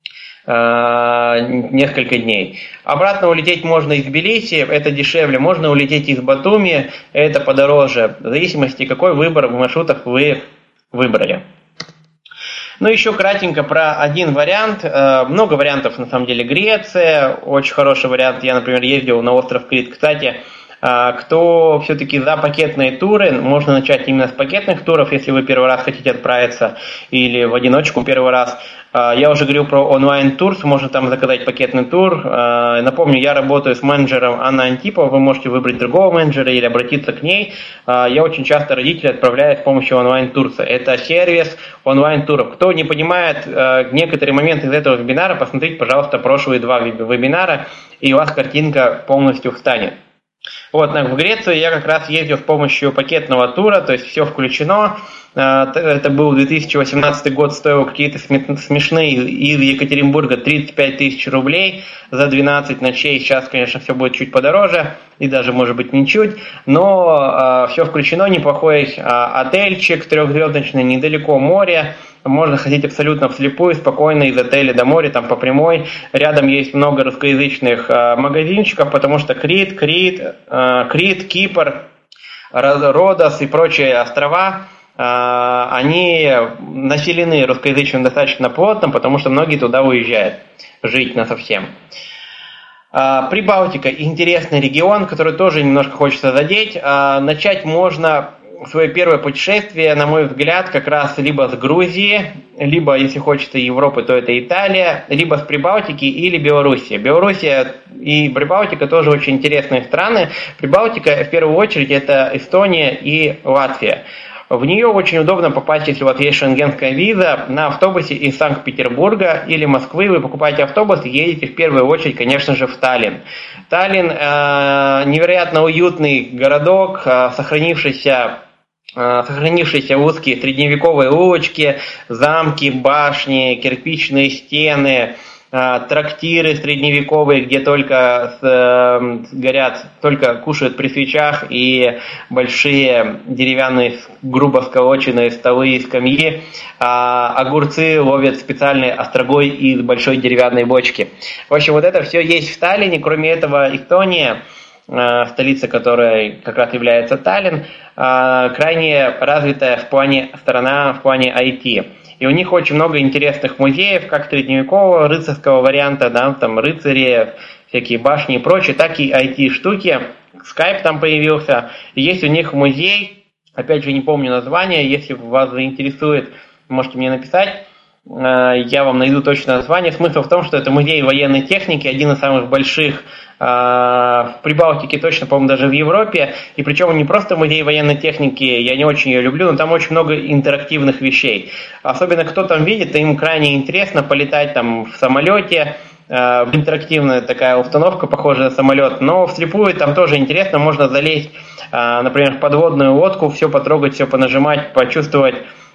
C: несколько дней. Обратно улететь можно из Тбилиси, это дешевле. Можно улететь из Батуми, это подороже. В зависимости, какой выбор в маршрутах вы выбрали. Ну, еще кратенько про один вариант. Много вариантов, на самом деле. Греция, очень хороший вариант. Я, например, ездил на остров Крит. Кстати, кто все-таки за пакетные туры, можно начать именно с пакетных туров, если вы первый раз хотите отправиться, или в одиночку первый раз. Я уже говорил про онлайн-турс, можно там заказать пакетный тур. Напомню, я работаю с менеджером Анна Антипова, вы можете выбрать другого менеджера или обратиться к ней. Я очень часто родителей отправляю с помощью онлайн-турса. Это сервис онлайн-туров. Кто не понимает некоторые моменты из этого вебинара, посмотрите, пожалуйста, прошлые 2 вебинара, и у вас картинка полностью встанет. Вот, в Грецию я как раз ездил с помощью пакетного тура, то есть все включено. Это был 2018 год, стоил какие-то смешные из Екатеринбурга 35 тысяч рублей за 12 ночей. Сейчас, конечно, все будет чуть подороже, и даже, может быть, не чуть, но все включено, неплохой отельчик, 3-звездочный, недалеко море. Можно ходить абсолютно вслепую, спокойно из отеля до моря, там по прямой. Рядом есть много русскоязычных магазинчиков, потому что Крит, Кипр, Родос и прочие острова, они населены русскоязычным достаточно плотно, потому что многие туда уезжают жить насовсем. Прибалтика – интересный регион, который тоже немножко хочется задеть. Начать можно свое первое путешествие, на мой взгляд, как раз либо с Грузии, либо, если хочется Европы, то это Италия, либо с Прибалтики или Белоруссия. Белоруссия и Прибалтика тоже очень интересные страны. Прибалтика, в первую очередь, это Эстония и Латвия. В нее очень удобно попасть, если у вас есть шенгенская виза, на автобусе из Санкт-Петербурга или Москвы. Вы покупаете автобус и едете в первую очередь, конечно же, в Таллин. Таллин невероятно уютный городок, сохранившийся узкие средневековые улочки, замки, башни, кирпичные стены, трактиры средневековые, где только горят, только кушают при свечах, и большие деревянные, грубо сколоченные столы и скамьи. Огурцы ловят специальной острогой из большой деревянной бочки. В общем, вот это все есть в Таллине. Кроме этого, Эстония, столица которой как раз является Таллин, крайне развитая страна в плане IT. И у них очень много интересных музеев, как средневекового рыцарского варианта, да, там рыцари, всякие башни и прочее, так и IT-штуки. Skype там появился. И есть у них музей, опять же не помню название, если вас заинтересует, можете мне написать. Я вам найду точное название. Смысл в том, что это музей военной техники, один из самых больших в Прибалтике, точно, по-моему, даже в Европе. И причем он не просто музей военной техники, я не очень ее люблю, но там очень много интерактивных вещей. Особенно кто там видит, им крайне интересно полетать там в самолете. Интерактивная такая установка, похожая на самолет. Но вслепую там тоже интересно, можно залезть, например, в подводную лодку, все потрогать, все понажимать, почувствовать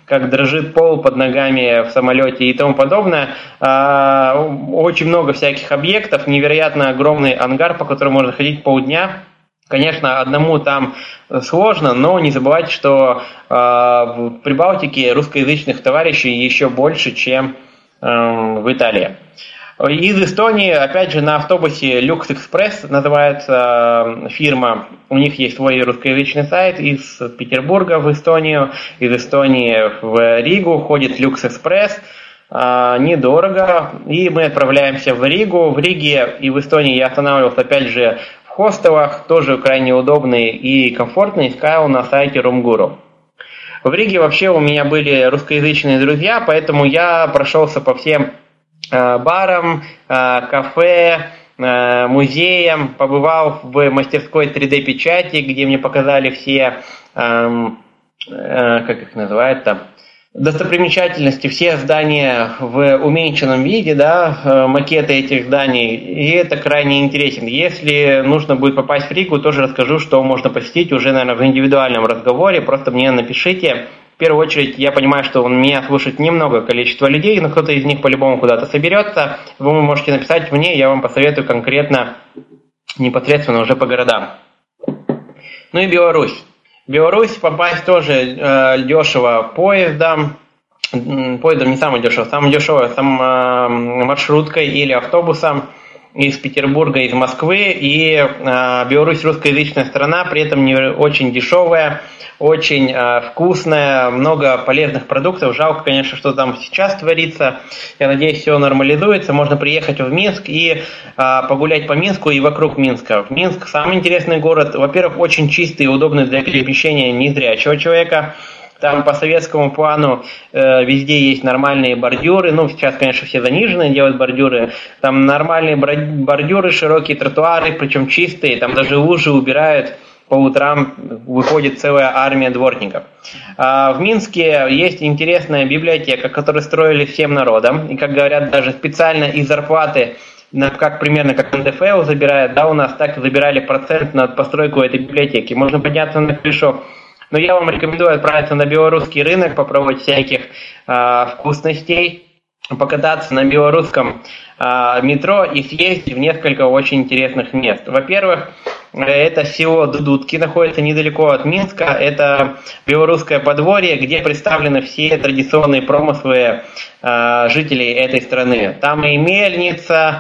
C: как дрожит пол под ногами в самолете и тому подобное. Очень много всяких объектов, невероятно огромный ангар, по которому можно ходить полдня. Конечно, одному там сложно, но не забывайте, что в Прибалтике русскоязычных товарищей еще больше, чем в Италии. Из Эстонии, опять же, на автобусе Lux Express называется фирма. У них есть свой русскоязычный сайт. Из Петербурга в Эстонию, из Эстонии в Ригу ходит Lux Express. Недорого. И мы отправляемся в Ригу. В Риге и в Эстонии я останавливался, опять же, в хостелах. Тоже крайне удобные и комфортные. Искал на сайте Room.guru. В Риге вообще у меня были русскоязычные друзья, поэтому я прошелся по всем барам, кафе, музеям, побывал в мастерской 3D-печати, где мне показали все, как их называют там, достопримечательности, все здания в уменьшенном виде, да, макеты этих зданий, и это крайне интересно. Если нужно будет попасть в Ригу, тоже расскажу, что можно посетить уже, наверное, в индивидуальном разговоре, просто мне напишите. В первую очередь, я понимаю, что меня слушает немного количество людей, но кто-то из них по-любому куда-то соберется. Вы можете написать мне, я вам посоветую конкретно, непосредственно уже по городам. Ну и Беларусь. В Беларусь попасть тоже дешево поездом не самое дешевое, маршруткой или автобусом из Петербурга, из Москвы. И Беларусь русскоязычная страна, при этом не очень дешевая, очень вкусная, много полезных продуктов. Жалко, конечно, что там сейчас творится. Я надеюсь, все нормализуется. Можно приехать в Минск и погулять по Минску и вокруг Минска. Минск самый интересный город. Во-первых, очень чистый и удобный для перемещения незрячего человека. Там по советскому плану везде есть нормальные бордюры. Ну, сейчас, конечно, все заниженные делают бордюры. Там нормальные бордюры, широкие тротуары, причем чистые. Там даже лужи убирают. По утрам выходит целая армия дворников. В Минске есть интересная библиотека, которую строили всем народом. И, как говорят, даже специально из зарплаты, примерно как НДФЛ забирают, да, у нас так забирали процент на постройку этой библиотеки. Можно подняться на крышу. Но я вам рекомендую отправиться на белорусский рынок, попробовать всяких вкусностей, покататься на белорусском метро и съездить в несколько очень интересных мест. Во-первых, это село Дудутки, находится недалеко от Минска. Это белорусское подворье, где представлены все традиционные промыслы жителей этой страны. Там и мельница,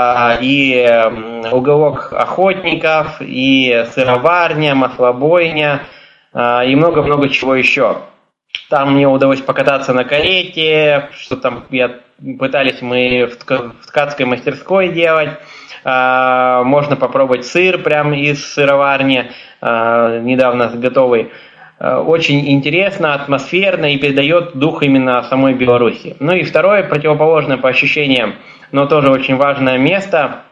C: и уголок охотников, и сыроварня, маслобойня, и много-много чего еще. Там мне удалось покататься на карете, что там пытались мы в ткацкой мастерской делать. Можно попробовать сыр прямо из сыроварни, недавно готовый. Очень интересно, атмосферно и передает дух именно самой Беларуси. Ну и второе, противоположное по ощущениям, но тоже очень важное место,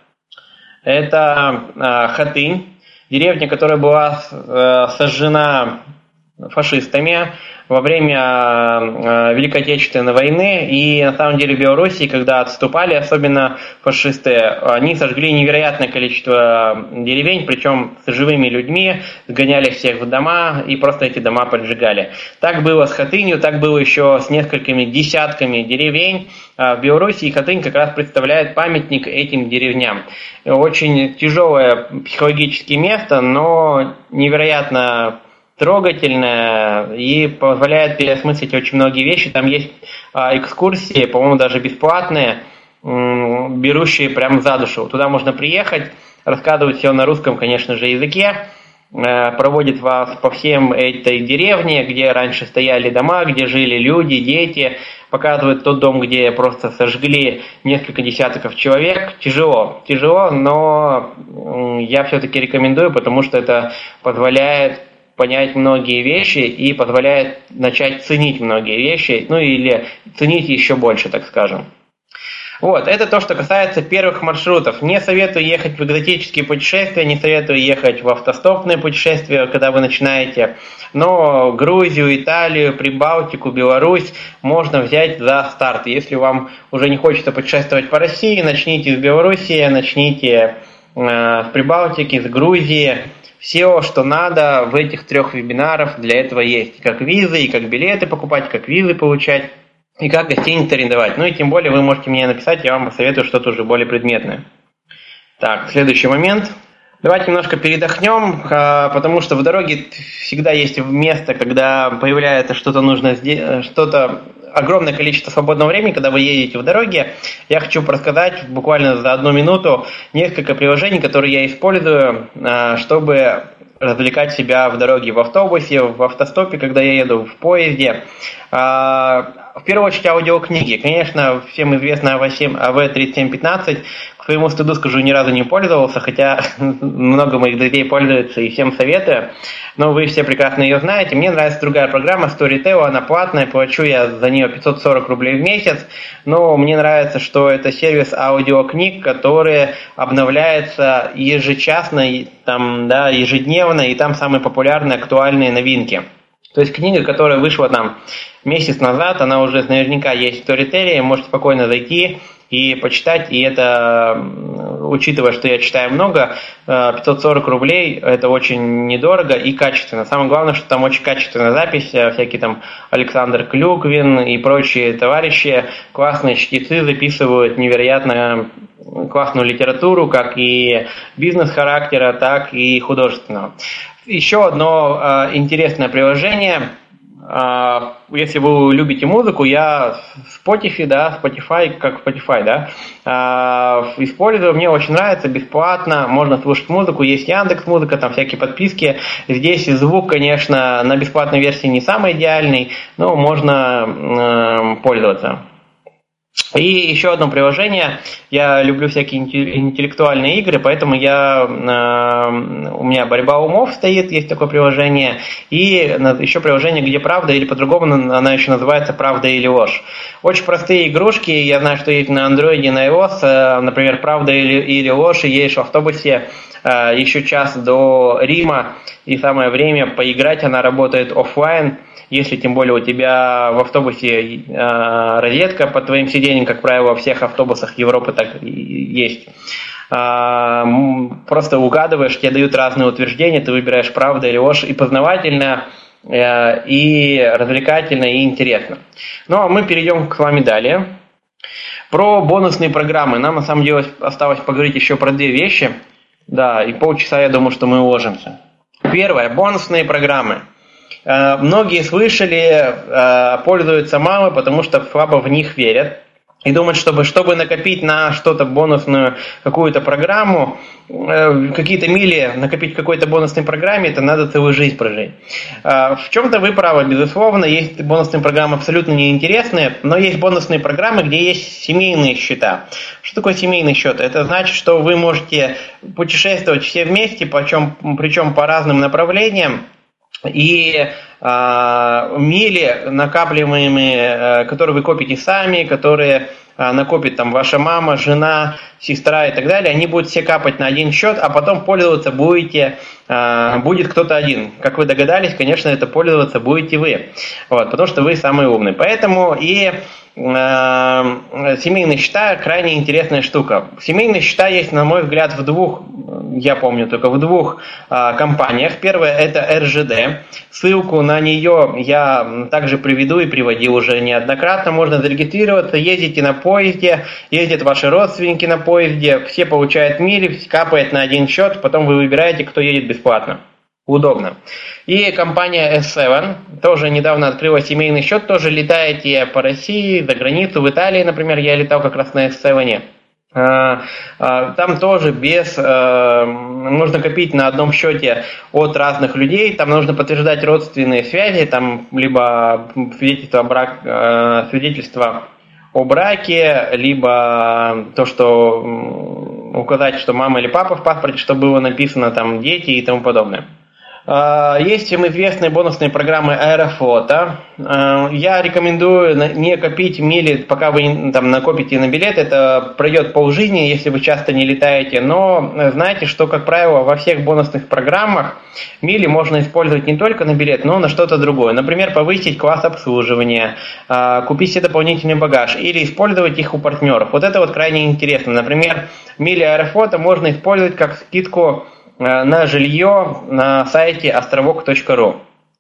C: это Хатынь, деревня, которая была сожжена фашистами во время Великой Отечественной войны. И на самом деле в Беларуси, когда отступали, особенно фашисты, они сожгли невероятное количество деревень, причем с живыми людьми, сгоняли всех в дома и просто эти дома поджигали. Так было с Хатынью, так было еще с несколькими десятками деревень в Беларуси, и Хатынь как раз представляет памятник этим деревням. Очень тяжелое психологическое место, но невероятно трогательная и позволяет переосмыслить очень многие вещи. Там есть экскурсии, по-моему, даже бесплатные, берущие прямо за душу. Туда можно приехать, рассказывать все на русском, конечно же, языке, проводит вас по всем этой деревне, где раньше стояли дома, где жили люди, дети, показывает тот дом, где просто сожгли несколько десятков человек. Тяжело, но я все-таки рекомендую, потому что это позволяет понять многие вещи и позволяет начать ценить многие вещи, ну или ценить еще больше, так скажем. Вот, это то, что касается первых маршрутов. Не советую ехать в экзотические путешествия, не советую ехать в автостопные путешествия, когда вы начинаете. Но Грузию, Италию, Прибалтику, Беларусь можно взять за старт. Если вам уже не хочется путешествовать по России, начните с Белоруссии, начните с Прибалтики, с Грузии. Все, что надо в этих 3 вебинарах для этого есть. Как визы, и как билеты покупать, как визы получать, и как гостиницы арендовать. Ну и тем более вы можете мне написать, я вам посоветую что-то уже более предметное. Так, следующий момент. Давайте немножко передохнем, потому что в дороге всегда есть место, когда появляется что-то нужно сделать, что-то огромное количество свободного времени, когда вы едете в дороге. Я хочу рассказать буквально за 1 минуту несколько приложений, которые я использую, чтобы развлекать себя в дороге, в автобусе, в автостопе, когда я еду, в поезде. В первую очередь аудиокниги. Конечно, всем известно AV3715. К своему стыду скажу, ни разу не пользовался, хотя много моих друзей пользуются и всем советую. Но вы все прекрасно ее знаете. Мне нравится другая программа Storytel, она платная, плачу я за нее 540 рублей в месяц. Но мне нравится, что это сервис аудиокниг, который обновляется ежечасно, ежедневно, и там самые популярные, актуальные новинки. То есть книга, которая вышла там месяц назад, она уже наверняка есть в Storytel, можете спокойно зайти и почитать, и это, учитывая, что я читаю много, 540 рублей, это очень недорого и качественно. Самое главное, что там очень качественная запись, всякие там Александр Клюквин и прочие товарищи, классные чтецы, записывают невероятно классную литературу, как и бизнес-характера, так и художественного. Еще одно интересное приложение. Если вы любите музыку, я Spotify, использую, мне очень нравится, бесплатно, можно слушать музыку, есть Яндекс.Музыка, там всякие подписки. Здесь звук, конечно, на бесплатной версии не самый идеальный, но можно пользоваться. И еще одно приложение. Я люблю всякие интеллектуальные игры, поэтому у меня «Борьба умов» стоит, есть такое приложение. И еще приложение «Где правда», или по-другому она еще называется «Правда или ложь». Очень простые игрушки. Я знаю, что есть на Android и на iOS. Например, «Правда или ложь», и едешь в автобусе еще час до Рима, и самое время поиграть. Она работает офлайн. Если тем более у тебя в автобусе розетка под твоим сиденьем, как правило, во всех автобусах Европы так и есть. Просто угадываешь, тебе дают разные утверждения, ты выбираешь правда или ложь, и познавательно, и развлекательно, и интересно. Ну, а мы перейдем с вами далее. Про бонусные программы. Нам, на самом деле, осталось поговорить еще про 2 вещи. Да, и полчаса, я думаю, что мы уложимся. Первое. Бонусные программы. Многие слышали, пользуются мало, потому что слабо в них верят. И думают, чтобы накопить на что-то бонусную, какую-то программу, какие-то мили накопить в какой-то бонусной программе, это надо целую жизнь прожить. В чем-то вы правы, безусловно, есть бонусные программы абсолютно неинтересные, но есть бонусные программы, где есть семейные счета. Что такое семейный счет? Это значит, что вы можете путешествовать все вместе, причем по разным направлениям, и мили, накапливаемые, которые вы копите сами, которые накопит там ваша мама, жена, сестра и так далее, они будут все капать на один счет, а потом пользоваться будет кто-то один. Как вы догадались, конечно, это пользоваться будете вы, потому что вы самый умный. Поэтому и семейные счета крайне интересная штука. Семейные счета есть, на мой взгляд, в 2, я помню только в 2 компаниях. Первая — это РЖД. Ссылку на нее я также приведу и приводил уже неоднократно. Можно зарегистрироваться, ездите на поезде, ездят ваши родственники на поезде, все получают мили, капает на один счет, потом вы выбираете, кто едет бесплатно. Удобно. И компания S7 тоже недавно открыла семейный счет, тоже летаете по России, за границу, в Италии, например, я летал как раз на S7. Там тоже нужно копить на одном счете от разных людей, там нужно подтверждать родственные связи, там либо свидетельство о браке, либо то, что указать, что мама или папа в паспорте, что было написано, там дети и тому подобное. Есть всем известные бонусные программы Аэрофлота. Я рекомендую не копить мили, пока вы там накопите на билет. Это пройдет полжизни, если вы часто не летаете. Но знайте, что, как правило, во всех бонусных программах мили можно использовать не только на билет, но на что-то другое. Например, повысить класс обслуживания, купить себе дополнительный багаж или использовать их у партнеров. Вот это вот крайне интересно. Например, мили Аэрофлота можно использовать как скидку на жилье на сайте островок.ру.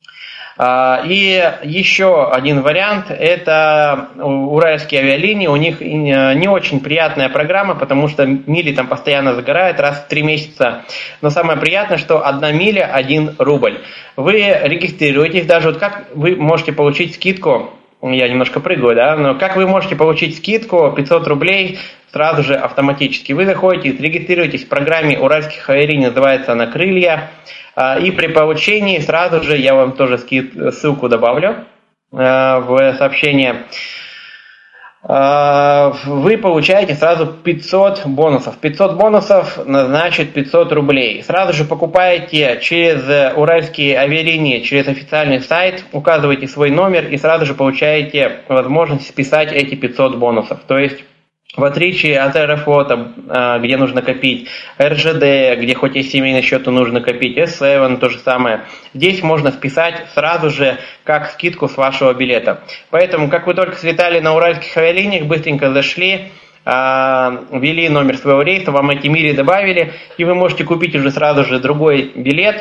C: И еще один вариант – это уральские авиалинии. У них не очень приятная программа, потому что мили там постоянно загорают раз в 3 месяца. Но самое приятное, что 1 миля – 1 рубль. Вы регистрируетесь, даже вот как вы можете получить скидку, я немножко прыгаю, да, но как вы можете получить скидку 500 рублей сразу же автоматически? Вы заходите, регистрируетесь в программе уральских авиалиний, называется она «Крылья», и при получении сразу же, я вам тоже ссылку добавлю в сообщение, вы получаете сразу 500 бонусов. 500 бонусов значит 500 рублей. Сразу же покупаете через уральские авиалинии, через официальный сайт, указываете свой номер и сразу же получаете возможность списать эти 500 бонусов. То есть, в отличие от Аэрофлота, где нужно копить, РЖД, где хоть есть семейный счет, то нужно копить, S7, то же самое. Здесь можно списать сразу же как скидку с вашего билета. Поэтому, как вы только слетали на уральских авиалиниях, быстренько зашли, ввели номер своего рейса, вам эти мили добавили, и вы можете купить уже сразу же другой билет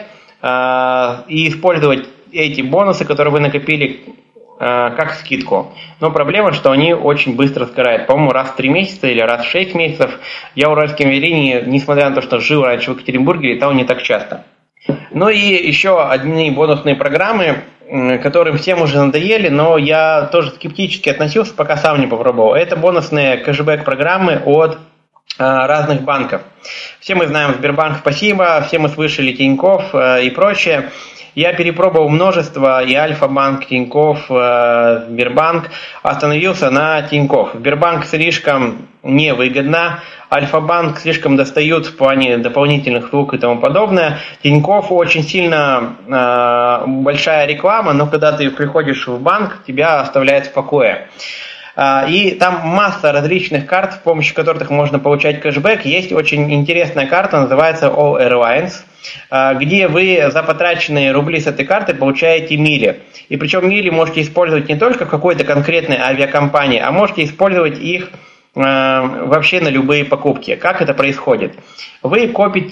C: и использовать эти бонусы, которые вы накопили, как скидку. Но проблема, что они очень быстро сгорают. По-моему, раз в 3 месяца или раз в 6 месяцев. Я уральскими авиалиниями, несмотря на то, что жил раньше в Екатеринбурге, летал не так часто. Ну и еще одни бонусные программы, которым всем уже надоели, но я тоже скептически относился, пока сам не попробовал. Это бонусные кэшбэк-программы от разных банков. Все мы знаем Сбербанк «Спасибо», все мы слышали Тинькофф и прочее. Я перепробовал множество, и Альфа-банк, Тинькофф, Сбербанк, остановился на Тинькофф. Сбербанк слишком невыгодно, Альфа-банк слишком достают в плане дополнительных услуг и тому подобное. Тинькофф очень сильно большая реклама, но когда ты приходишь в банк, тебя оставляют в покое. И там масса различных карт, с помощью которых можно получать кэшбэк. Есть очень интересная карта, называется All Airlines, где вы за потраченные рубли с этой карты получаете мили. И причем мили можете использовать не только в какой-то конкретной авиакомпании, а можете использовать их вообще на любые покупки. Как это происходит? Вы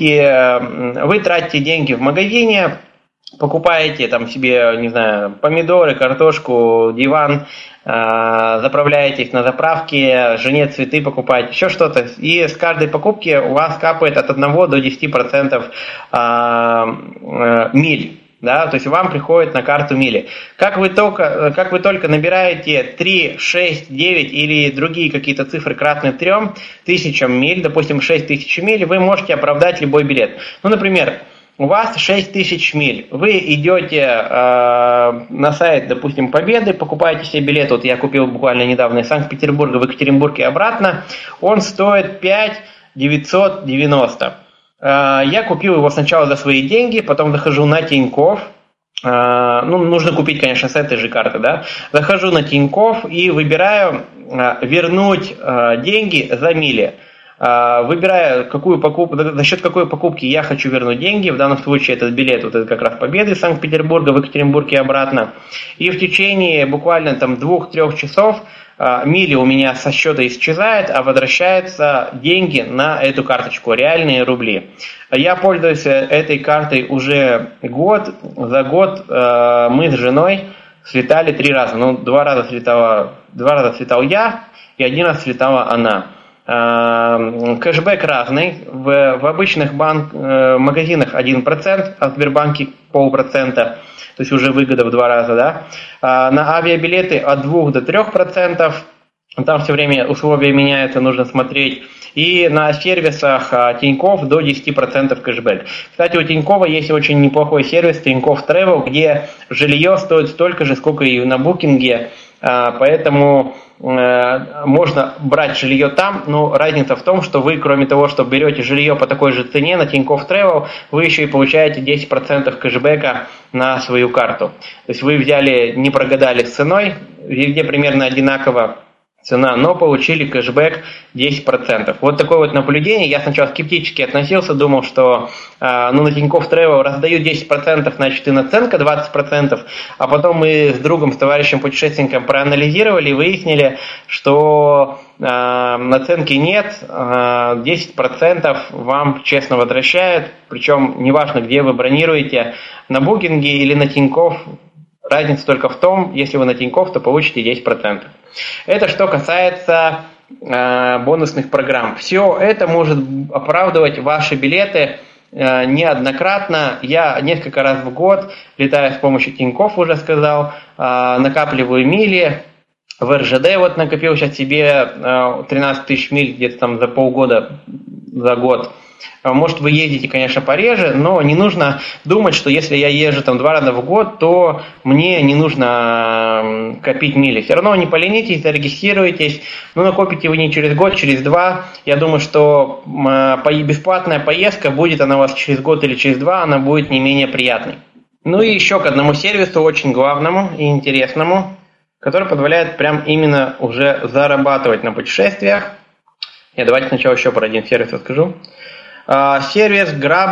C: тратите деньги в магазине, покупаете там себе, не знаю, помидоры, картошку, диван, заправляетесь на заправке, жене цветы покупаете, еще что-то. И с каждой покупки у вас капает от 1 до 10% миль. Да, то есть вам приходит на карту мили. Как вы только набираете 3, 6, 9 или другие какие-то цифры кратные 3000 миль, допустим 6000 миль, вы можете оправдать любой билет. Ну, например, у вас 6000 миль. Вы идете на сайт, допустим, Победы, покупаете себе билет. Вот я купил буквально недавно из Санкт-Петербурга в Екатеринбург и обратно. Он стоит 5990. Я купил его сначала за свои деньги, потом захожу на Тинькофф. Нужно купить, конечно, с этой же карты, да. Захожу на Тинькофф и выбираю вернуть деньги за мили. Выбираю, за счет какой покупки я хочу вернуть деньги. В данном случае этот билет, вот это как раз Победы из Санкт-Петербурга в Екатеринбург и обратно. И в течение буквально там 2-3 часов мили у меня со счета исчезают, а возвращаются деньги на эту карточку, реальные рубли. Я пользуюсь этой картой уже год. За год мы с женой слетали 3 раза. 2 раза слетал я, и 1 раз слетала она. Кэшбэк разный. В обычных магазинах 1%, а в Сбербанке 0,5%. То есть уже выгода в 2 раза, да. На авиабилеты от 2 до 3%. Там все время условия меняются, нужно смотреть. И на сервисах Тинькофф до 10% кэшбэк. Кстати, у Тинькова есть очень неплохой сервис Тинькофф Travel, где жилье стоит столько же, сколько и на букинге. Поэтому можно брать жилье там, но разница в том, что вы, кроме того, что берете жилье по такой же цене на Тинькофф Travel, вы еще и получаете 10% кэшбэка на свою карту. То есть вы взяли, не прогадали с ценой, везде примерно одинаково цена, но получили кэшбэк 10%. Вот такое вот наблюдение. Я сначала скептически относился, думал, что на Тинькофф Travel раздают 10%, значит и наценка 20%, а потом мы с другом, с товарищем путешественником проанализировали и выяснили, что наценки нет, 10% вам честно возвращают, причем неважно, где вы бронируете, на Букинге или на Тинькофф, разница только в том, если вы на Тинькофф, то получите 10%. Это что касается бонусных программ. Все это может оправдывать ваши билеты неоднократно. Я несколько раз в год летаю с помощью Тинькофф, уже сказал, накапливаю мили. В РЖД вот накопил сейчас себе 13 тысяч миль где-то там за полгода, за год. Может, вы ездите, конечно, пореже, но не нужно думать, что если я езжу там 2 раза в год, то мне не нужно копить мили. Все равно не поленитесь, зарегистрируйтесь. Ну, накопите вы не через год, через 2. Я думаю, что бесплатная поездка, будет она у вас через год или через 2, она будет не менее приятной. Ну и еще к одному сервису, очень главному и интересному, который позволяет прям именно уже зарабатывать на путешествиях. Давайте сначала еще про один сервис расскажу. Сервис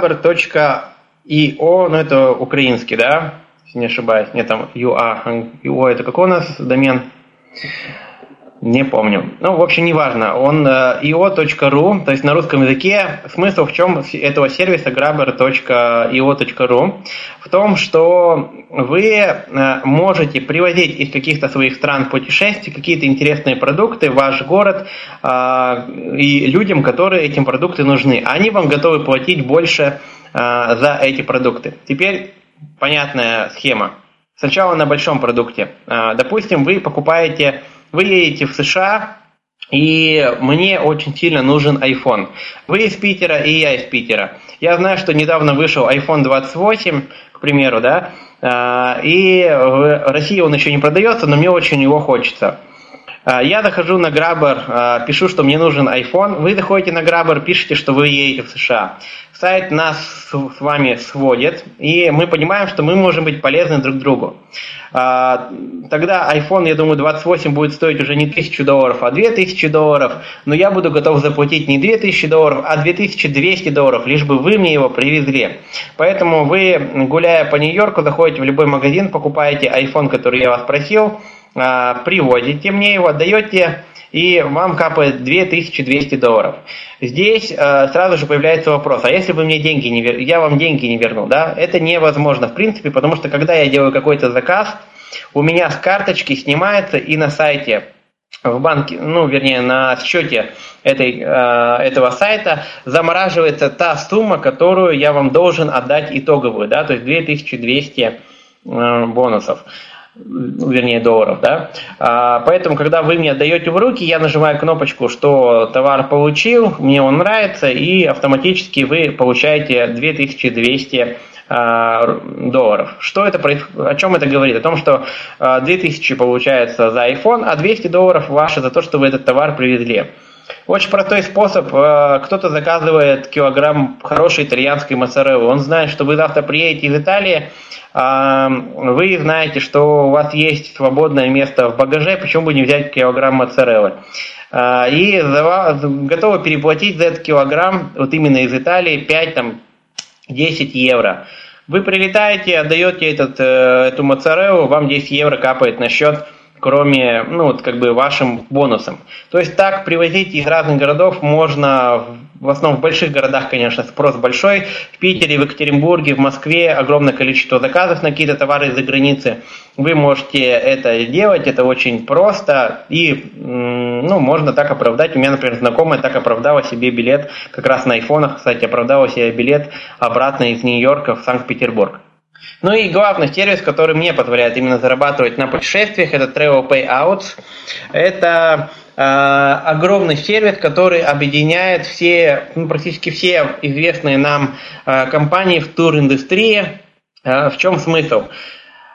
C: grabber.io, ну это украинский, да, если не ошибаюсь. Нет, там UA, это какой у нас домен? Не помню. Ну, в общем, неважно. Он io.ru, то есть на русском языке. Смысл в чем этого сервиса grabber.io.ru? В том, что вы можете привозить из каких-то своих стран путешествий какие-то интересные продукты в ваш город и людям, которые этим продукты нужны. Они вам готовы платить больше за эти продукты. Теперь понятная схема. Сначала на большом продукте. Допустим, вы едете в США, и мне очень сильно нужен iPhone. Вы из Питера, и я из Питера. Я знаю, что недавно вышел iPhone 28, к примеру, да, и в России он еще не продается, но мне очень его хочется. Я захожу на Grabber, пишу, что мне нужен iPhone. Вы заходите на Grabber, пишете, что вы едете в США. Сайт нас с вами сводит, и мы понимаем, что мы можем быть полезны друг другу. Тогда iPhone, я думаю, 28 будет стоить уже не $1000, а $2000, но я буду готов заплатить не $2000, а $2200, лишь бы вы мне его привезли. Поэтому вы, гуляя по Нью-Йорку, заходите в любой магазин, покупаете iPhone, который я вас просил, привозите мне его, отдаете, и вам капает $2200. Здесь сразу же появляется вопрос, а если вы мне я вам деньги не верну, да? Это невозможно в принципе, потому что когда я делаю какой-то заказ, у меня с карточки снимается и на сайте, в банке, на счете этого сайта замораживается та сумма, которую я вам должен отдать итоговую, да, то есть 2200 бонусов. Долларов, да. Поэтому, когда вы мне отдаете в руки, я нажимаю кнопочку, что товар получил, мне он нравится, и автоматически вы получаете $2200. Что это, о чем это говорит? О том, что 2000 получается за iPhone, а $200 ваши за то, что вы этот товар привезли. Очень простой способ. Кто-то заказывает килограмм хорошей итальянской моцареллы. Он знает, что вы завтра приедете из Италии, вы знаете, что у вас есть свободное место в багаже, почему бы не взять килограмм моцареллы. И готовы переплатить за этот килограмм, вот именно из Италии, 5-10 евро. Вы прилетаете, отдаете эту моцареллу, вам 10 евро капает на счет, кроме, вашим бонусом. То есть так привозить из разных городов можно, в основном в больших городах, конечно, спрос большой. В Питере, в Екатеринбурге, в Москве огромное количество заказов на какие-то товары из-за границы. Вы можете это делать, это очень просто и, можно так оправдать. У меня, например, знакомая так оправдала себе билет, как раз на айфонах, кстати, оправдала себе билет обратно из Нью-Йорка в Санкт-Петербург. Ну и главный сервис, который мне позволяет именно зарабатывать на путешествиях, это Travel Payouts. Это огромный сервис, который объединяет практически все известные нам компании в туриндустрии. В чем смысл?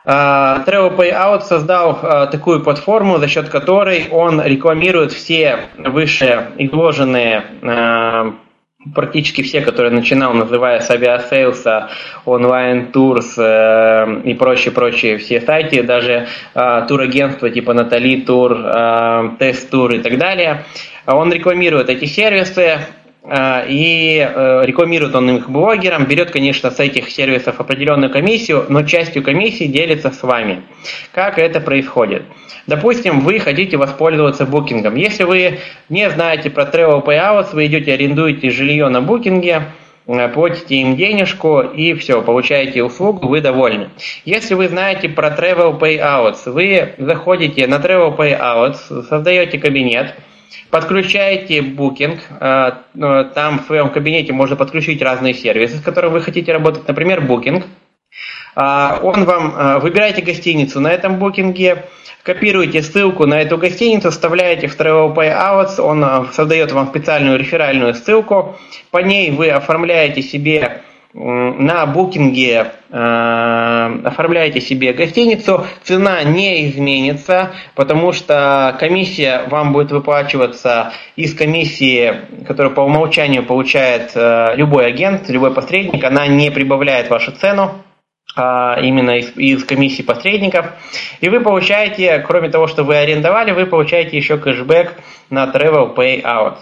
C: Travel Payout создал такую платформу, за счет которой он рекламирует все выше изложенные, практически все, которые начинал, называя с авиасейлса, онлайн-турс и прочие все сайты, даже турагентства типа Натали Тур, Тест Тур и так далее. Он рекламирует эти сервисы, и рекламирует он их блогерам, берет, конечно, с этих сервисов определенную комиссию, но частью комиссии делится с вами. Как это происходит? Допустим, вы хотите воспользоваться букингом. Если вы не знаете про Travel Payouts, вы идете, арендуете жилье на букинге, платите им денежку и все, получаете услугу, вы довольны. Если вы знаете про Travel Payouts, вы заходите на Travel Payouts, создаете кабинет, подключаете Booking, там в своем кабинете можно подключить разные сервисы, с которыми вы хотите работать, например, Booking. Он вам, выбираете гостиницу на этом букинге, копируете ссылку на эту гостиницу, вставляете в Travel Payouts, он создает вам специальную реферальную ссылку, по ней вы оформляете себе на букинге, оформляете себе гостиницу, цена не изменится, потому что комиссия вам будет выплачиваться из комиссии, которую по умолчанию получает любой агент, любой посредник, она не прибавляет вашу цену, именно из комиссии посредников. И вы получаете, кроме того, что вы арендовали, вы получаете еще кэшбэк на Travel Payouts.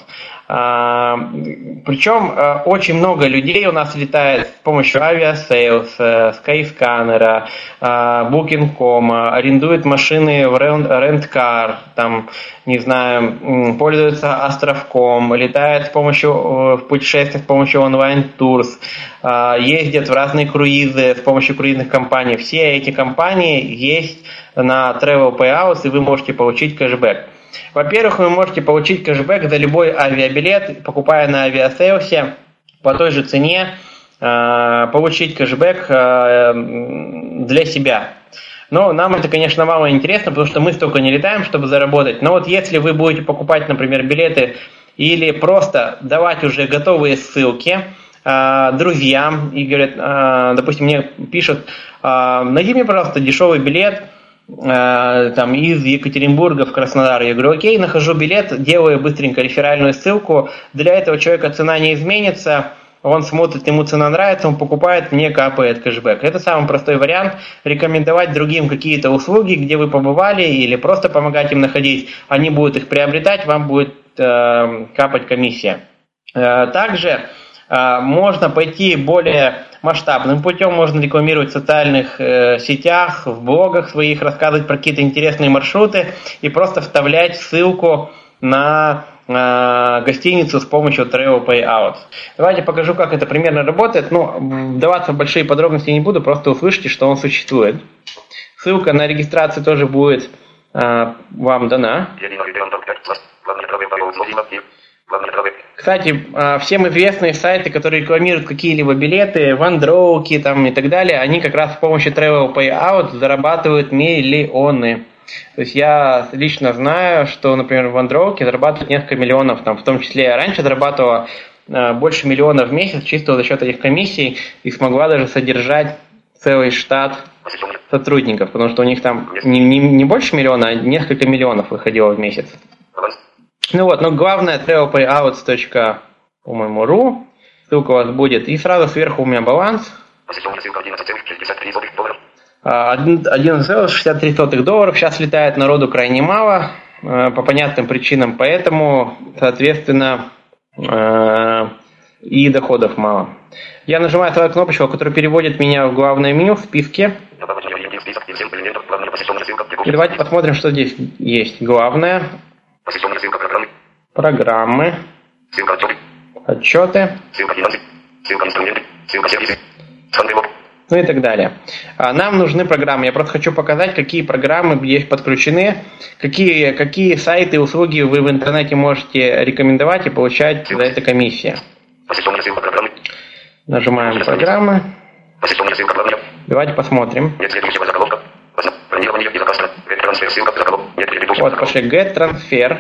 C: Причем очень много людей у нас летает с помощью авиасейлс, Skyscanner, Booking.com, арендуют машины в Rent.Car, там, не знаю, пользуются островком, летают в путешествиях с помощью онлайн-турс, ездят в разные круизы с помощью круизных компаний. Все эти компании есть на Travel Payouts, и вы можете получить кэшбэк. Во-первых, вы можете получить кэшбэк за любой авиабилет, покупая на авиасейлсе по той же цене, получить кэшбэк для себя. Но нам это, конечно, мало интересно, потому что мы столько не летаем, чтобы заработать. Но вот если вы будете покупать, например, билеты или просто давать уже готовые ссылки друзьям и говорят, допустим, мне пишут, найди мне, пожалуйста, дешевый билет там, из Екатеринбурга в Краснодар. Я говорю, окей, нахожу билет, делаю быстренько реферальную ссылку. Для этого человека цена не изменится, он смотрит, ему цена нравится, он покупает, мне капает кэшбэк. Это самый простой вариант. Рекомендовать другим какие-то услуги, где вы побывали, или просто помогать им находить. Они будут их приобретать, вам будет капать комиссия. Также можно пойти более масштабным путем, можно рекламировать в социальных сетях, в блогах своих, рассказывать про какие-то интересные маршруты и просто вставлять ссылку на гостиницу с помощью Travel Payouts. Давайте покажу, как это примерно работает. Вдаваться в большие подробности не буду, просто услышите, что он существует. Ссылка на регистрацию тоже будет вам дана. Кстати, всем известные сайты, которые рекламируют какие-либо билеты, вандроуки там и так далее, они как раз с помощью Travel Payout зарабатывают миллионы. То есть я лично знаю, что, например, в вандроуке зарабатывают несколько миллионов, там, в том числе я раньше зарабатывала больше миллиона в месяц чисто за счет этих комиссий и смогла даже содержать целый штат сотрудников, потому что у них там не больше миллиона, а несколько миллионов выходило в месяц. Но главное travelpayouts.ru, ссылка у вас будет, и сразу сверху у меня баланс. $11,63. Сейчас летает народу крайне мало, по понятным причинам, поэтому, соответственно, и доходов мало. Я нажимаю свою кнопочку, которая переводит меня в главное меню в списке. И давайте посмотрим, что здесь есть. Главное. Программы. Отчеты. И так далее. Нам нужны программы. Я просто хочу показать, какие программы здесь подключены, какие сайты и услуги вы в интернете можете рекомендовать и получать за это комиссия. Нажимаем программы. Давайте посмотрим. Вот пошли Get Transfer.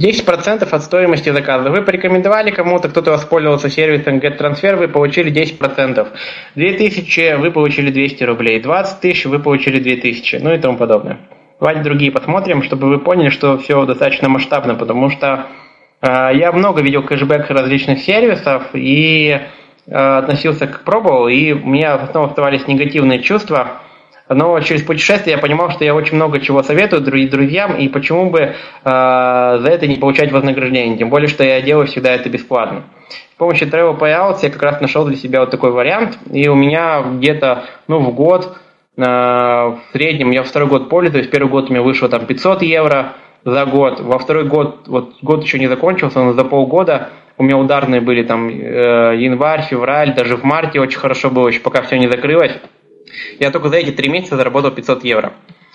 C: 10% от стоимости заказа. Вы порекомендовали кому-то, кто-то воспользовался сервисом GetTransfer, вы получили 10%. 2000 вы получили 200 рублей. 20 тысяч вы получили 2000. Ну и тому подобное. Давайте другие посмотрим, чтобы вы поняли, что все достаточно масштабно, потому что я много видел кэшбэк различных сервисов и относился к пробовал, и у меня в основном оставались негативные чувства. Но через путешествие я понимал, что я очень много чего советую друзьям, и почему бы за это не получать вознаграждение. Тем более, что я делаю всегда это бесплатно. С помощью Travel Payouts я как раз нашел для себя вот такой вариант, и у меня где-то в год, в среднем, я второй год пользуюсь, первый год у меня вышло там 500 евро за год, во второй год, вот год еще не закончился, но за полгода у меня ударные были там январь, февраль, даже в марте очень хорошо было, еще пока все не закрылось. Я только за эти 3 месяца заработал 500 евро.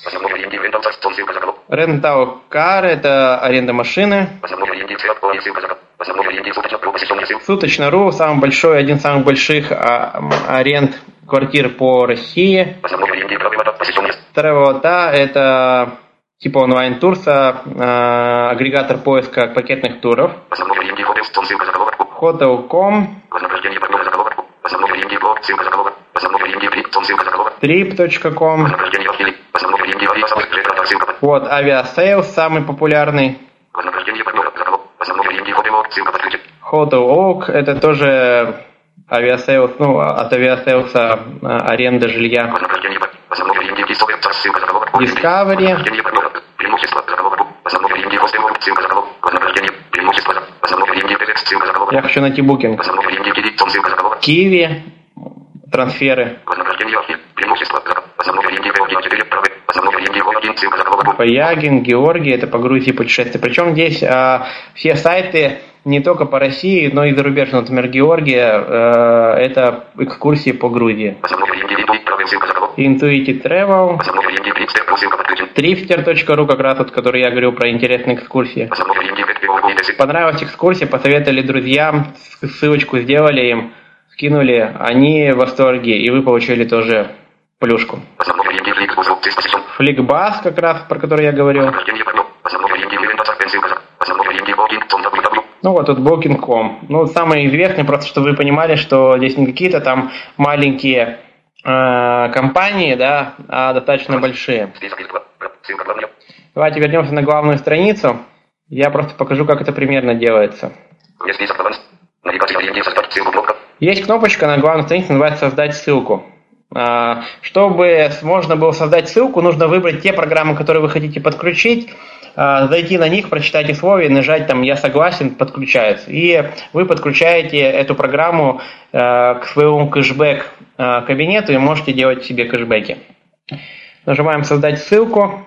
C: Rental car – это аренда машины. Суточно.ру – один из самых больших аренд квартир по России. Travel.ta – это типа онлайн-турса, агрегатор поиска пакетных туров. Hotel.com, Trip.com. Вот, авиасейлс самый популярный. Hotel.org, это тоже авиасейлс, от авиасейлса аренда жилья. Discovery. Я хочу найти Booking. Kiwi. Трансферы. Поягин, Георгий, это по Грузии путешествия. Причем здесь все сайты не только по России, но и зарубежные. Например, Георгия, это экскурсии по Грузии. Intuitive Travel. Trifter.ru, как раз вот, который я говорил про интересные экскурсии. Понравилась экскурсия, посоветовали друзьям, ссылочку сделали им, скинули, они в восторге, и вы получили тоже плюшку. Фликбас, как раз, про который я говорил. Вот тут Booking.com. Самый известный, просто чтобы вы понимали, что здесь не какие-то там маленькие компании, да, а достаточно большие. Давайте вернемся на главную страницу. Я просто покажу, как это примерно делается. Есть кнопочка на главной странице, называется «Создать ссылку». Чтобы можно было создать ссылку, нужно выбрать те программы, которые вы хотите подключить, зайти на них, прочитать условия, нажать там «Я согласен», подключается. И вы подключаете эту программу к своему кэшбэк-кабинету и можете делать себе кэшбэки. Нажимаем «Создать ссылку».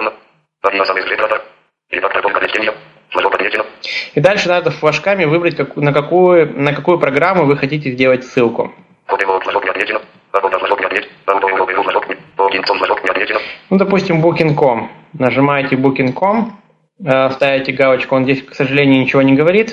C: И дальше надо флажками выбрать, на какую программу вы хотите сделать ссылку. Допустим, Booking.com. Нажимаете Booking.com, ставите галочку, он здесь, к сожалению, ничего не говорит.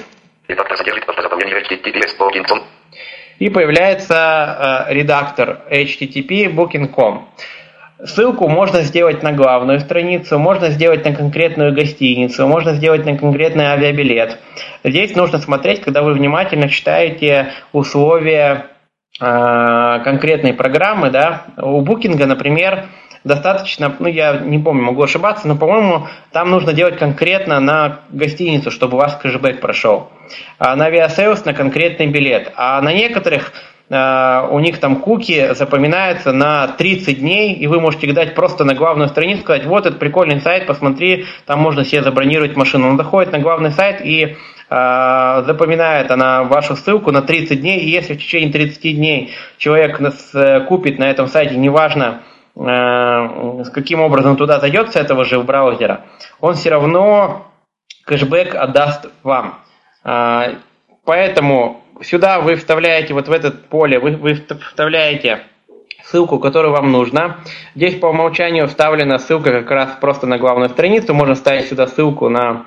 C: И появляется редактор HTTP Booking.com. Ссылку можно сделать на главную страницу, можно сделать на конкретную гостиницу, можно сделать на конкретный авиабилет. Здесь нужно смотреть, когда вы внимательно читаете условия конкретной программы. Да. У Booking, например, достаточно, я не помню, могу ошибаться, но, по-моему, там нужно делать конкретно на гостиницу, чтобы у вас кэшбэк прошел. А на авиасейлс на конкретный билет. А на некоторых у них там куки запоминаются на 30 дней, и вы можете дать просто на главную страницу, сказать: вот этот прикольный сайт, посмотри, там можно себе забронировать машину. Он заходит на главный сайт и запоминает она вашу ссылку на 30 дней, и если в течение 30 дней человек купит на этом сайте, неважно с каким образом туда зайдет с этого же браузера, он все равно кэшбэк отдаст вам. Поэтому сюда вы вставляете, вот в это поле, вы вставляете ссылку, которую вам нужно. Здесь по умолчанию вставлена ссылка как раз просто на главную страницу. Можно ставить сюда ссылку на,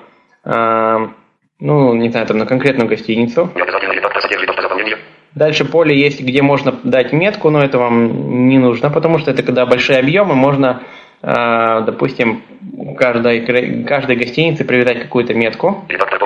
C: не знаю, там на конкретную гостиницу. Дальше поле есть, где можно дать метку, но это вам не нужно, потому что это когда большие объемы, можно допустим, каждой гостинице привязать какую-то метку.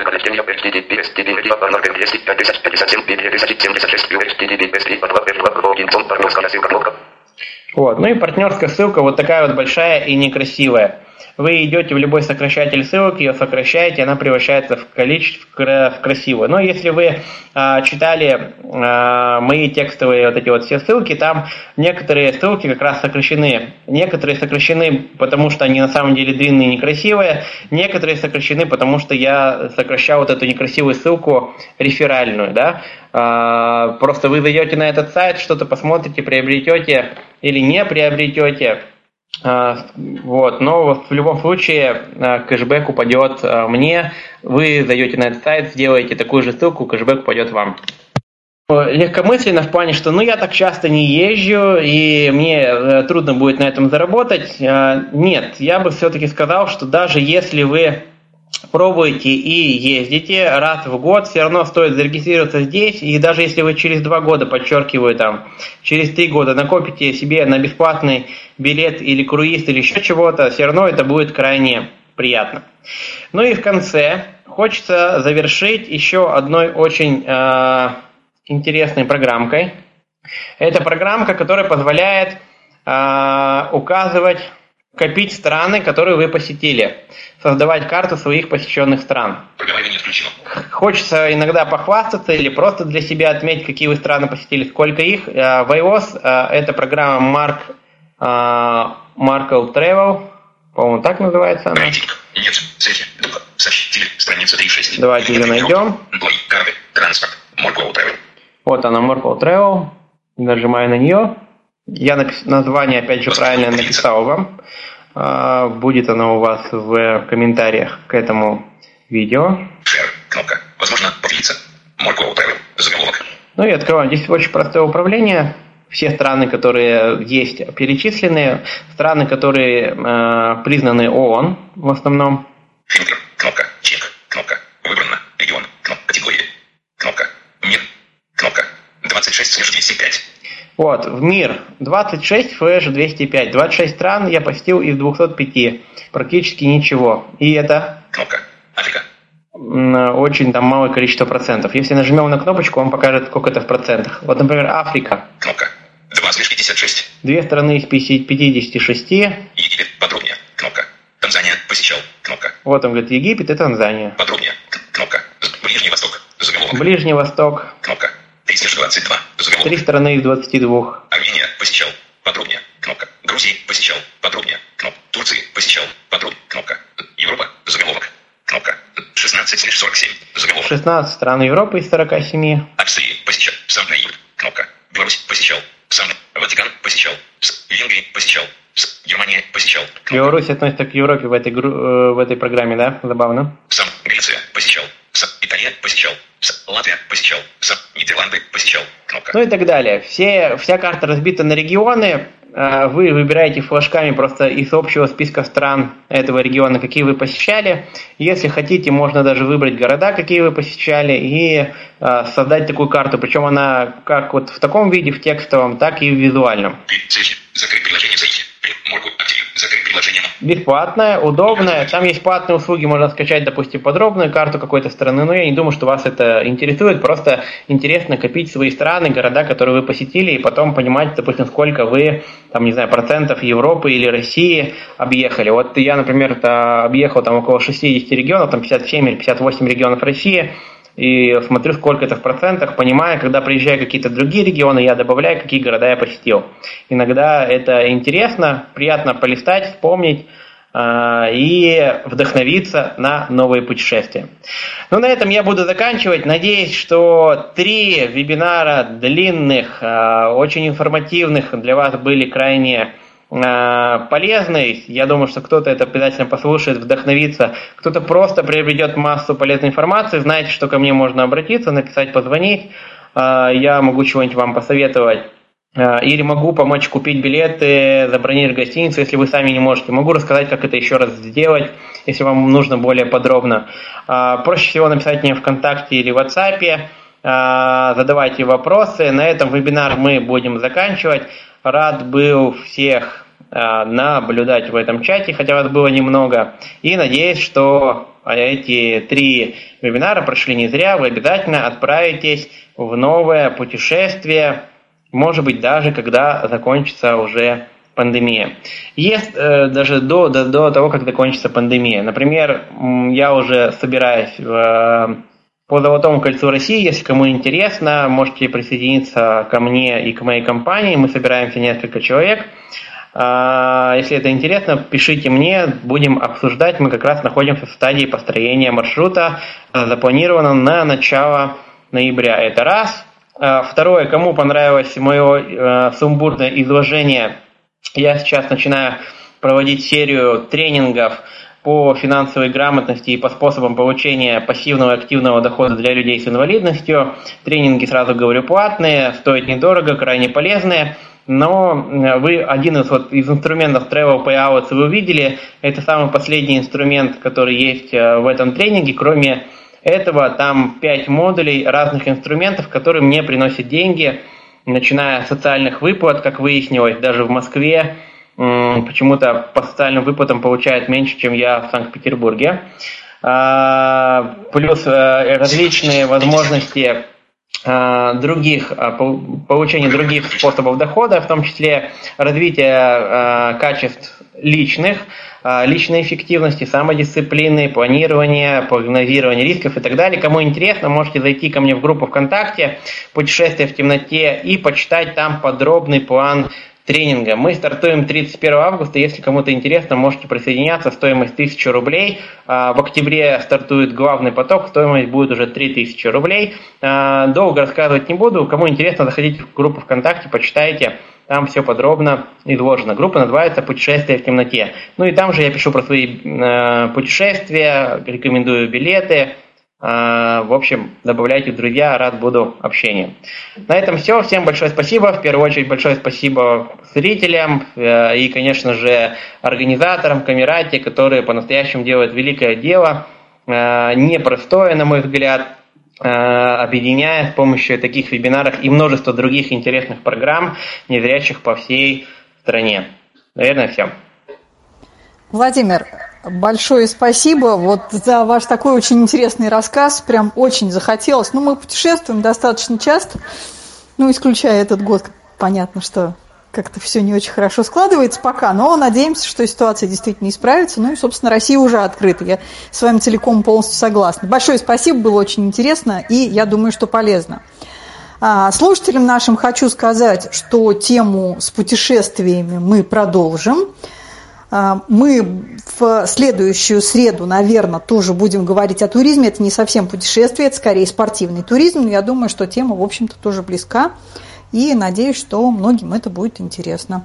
C: Вот. Ну и партнерская ссылка вот такая вот большая и некрасивая. Вы идете в любой сокращатель ссылок, ее сокращаете, она превращается в красивую. Но если вы читали мои текстовые вот эти вот все ссылки, там некоторые ссылки как раз сокращены. Некоторые сокращены, потому что они на самом деле длинные и некрасивые. Некоторые сокращены, потому что я сокращал вот эту некрасивую ссылку реферальную, да. Просто вы зайдете на этот сайт, что-то посмотрите, приобретете или не приобретете. Вот, но в любом случае кэшбэк упадет мне, вы зайдете на этот сайт, сделаете такую же ссылку, кэшбэк упадет вам. Легкомысленно в плане, что я так часто не езжу и мне трудно будет на этом заработать. Нет, я бы все-таки сказал, что даже если вы пробуете и ездите раз в год, все равно стоит зарегистрироваться здесь, и даже если вы через 2 года, подчеркиваю, через 3 года накопите себе на бесплатный билет или круиз или еще чего-то, все равно это будет крайне приятно. Ну и в конце хочется завершить еще одной очень интересной программкой. Это программка, которая позволяет копить страны, которые вы посетили, создавать карту своих посещенных стран. Хочется иногда похвастаться или просто для себя отметить, какие вы страны посетили, сколько их. В iOS это программа Markle Travel, по-моему, так называется она.
A: Нет, сообщители, страница 3.6.
C: Давайте ее найдем.
A: Карты, транспорт, Markle Travel.
C: Вот она, Markle Travel. Нажимаю на нее. Я название, опять же, правильно написал вам. Будет оно у вас в комментариях к этому видео.
A: Share, кнопка. Возможно, поделиться. Markle Travel. Заголовок.
C: Ну и открываем. Здесь очень простое управление. Все страны, которые есть, перечислены. Страны, которые признаны ООН в основном.
A: Фильтр. Кнопка. Чек. Кнопка. Выбрано. Регион. Кнопка. Категория. Кнопка. Мир. Кнопка. 26/205.
C: Вот, в мир 26/205. 26 стран я посетил из 205. Практически ничего. И это...
A: Кнопка. Африка.
C: Очень малое количество процентов. Если нажмем на кнопочку, он покажет, сколько это в процентах. Вот, например, Африка.
A: Кнопка. 2/56.
C: 2 страны из 56.
A: Египет. Подробнее. Кнопка. Танзания. Посещал. Кнопка.
C: Вот он говорит, Египет и Танзания.
A: Подробнее. Кнопка. Ближний Восток. Заголовок.
C: Ближний Восток.
A: Кнопка. 3/22. Заголовок.
C: 3 страны из 22.
A: Армения. Посещал. Подробнее. Кнопка. Грузии. Посещал. Подробнее. Кнопка. Турции. Посещал. Подробнее. Кнопка. Европа. Заголовок. Кнопка. 16/47. Заголовок.
C: 16 стран Европы из 47.
A: Австрии. Посещал. Сам на юг. Кнопка. Беларусь. Посещал. Сам. Ватикан. Посещал. Венгрии. Посещал. Германия. Посещал. Кнопка.
C: Беларусь относится к Европе в этой программе, да? Забавно.
A: Сам. Греция. Посещал. Италия. Посещал. Латвия. Посещал. Нидерланды. Посещал. Кнопка.
C: Ну и так далее. Вся карта разбита на регионы. Вы выбираете флажками просто из общего списка стран этого региона, какие вы посещали. Если хотите, можно даже выбрать города, какие вы посещали, и создать такую карту. Причем она как вот в таком виде, в текстовом, так и в визуальном.
A: Закрыть приложение, зайти. Закрыть приложение.
C: Бесплатная, удобная. Там есть платные услуги, можно скачать, допустим, подробную карту какой-то страны, но я не думаю, что вас это интересует. Просто интересно копить свои страны, города, которые вы посетили, и потом понимать, допустим, сколько вы, процентов Европы или России объехали. Вот я, например, объехал около 60 регионов, 57 или 58 регионов России, и смотрю, сколько это в процентах, понимая, когда приезжаю в какие-то другие регионы, я добавляю, какие города я посетил. Иногда это интересно, приятно полистать, вспомнить и вдохновиться на новые путешествия. Ну, на этом я буду заканчивать. Надеюсь, что 3 вебинара длинных, очень информативных для вас были крайне полезный. Я думаю, что кто-то это обязательно послушает, вдохновится. Кто-то просто приобретет массу полезной информации. Знаете, что ко мне можно обратиться, написать, позвонить. Я могу чего-нибудь вам посоветовать. Или могу помочь купить билеты, забронировать гостиницу, если вы сами не можете. Могу рассказать, как это еще раз сделать, если вам нужно более подробно. Проще всего написать мне ВКонтакте или в WhatsApp. Задавайте вопросы. На этом вебинар мы будем заканчивать. Рад был всех наблюдать в этом чате, хотя вас было немного. И надеюсь, что эти 3 вебинара прошли не зря. Вы обязательно отправитесь в новое путешествие, может быть, даже когда закончится уже пандемия. Есть даже до того, как закончится пандемия. Например, я уже собираюсь по Золотому кольцу России. Если кому интересно, можете присоединиться ко мне и к моей компании. Мы собираемся несколько человек. Если это интересно, пишите мне, будем обсуждать. Мы как раз находимся в стадии построения маршрута, запланировано на начало ноября. Это раз. Второе, кому понравилось мое сумбурное изложение, я сейчас начинаю проводить серию тренингов по финансовой грамотности и по способам получения пассивного и активного дохода для людей с инвалидностью. Тренинги, сразу говорю, платные, стоят недорого, крайне полезные. Но вы один из инструментов Travel Payouts вы увидели. Это самый последний инструмент, который есть в этом тренинге. Кроме этого, там 5 модулей разных инструментов, которые мне приносят деньги, начиная с социальных выплат, как выяснилось, даже в Москве почему-то по социальным выплатам получают меньше, чем я в Санкт-Петербурге. Плюс различные возможности получения других способов дохода, в том числе развитие качеств личной эффективности, самодисциплины, планирования, прогнозирования рисков и так далее. Кому интересно, можете зайти ко мне в группу ВКонтакте «Путешествие в темноте» и почитать там подробный план тренинга. Мы стартуем 31 августа. Если кому-то интересно, можете присоединяться. Стоимость 1000 рублей. В октябре стартует главный поток. Стоимость будет уже 3000 рублей. Долго рассказывать не буду. Кому интересно, заходите в группу ВКонтакте, почитайте. Там все подробно изложено. Группа называется «Путешествие в темноте». Ну и там же я пишу про свои путешествия, рекомендую билеты. В общем, добавляйте, друзья, рад буду общению. На этом все. Всем большое спасибо. В первую очередь большое спасибо зрителям и, конечно же, организаторам Камерате, которые по-настоящему делают великое дело, непростое, на мой взгляд, объединяя с помощью таких вебинаров и множество других интересных программ незрячих по всей стране. Наверное, все.
E: Владимир, большое спасибо за ваш такой очень интересный рассказ. Прям очень захотелось. Мы путешествуем достаточно часто, исключая этот год. Понятно, что как-то все не очень хорошо складывается пока, но надеемся, что ситуация действительно исправится. И, собственно, Россия уже открыта. Я с вами целиком полностью согласна. Большое спасибо, было очень интересно и, я думаю, что полезно. Слушателям нашим хочу сказать, что тему с путешествиями мы продолжим. Мы в следующую среду, наверное, тоже будем говорить о туризме. Это не совсем путешествие, это скорее спортивный туризм. Но я думаю, что тема, в общем-то, тоже близка. И надеюсь, что многим это будет интересно.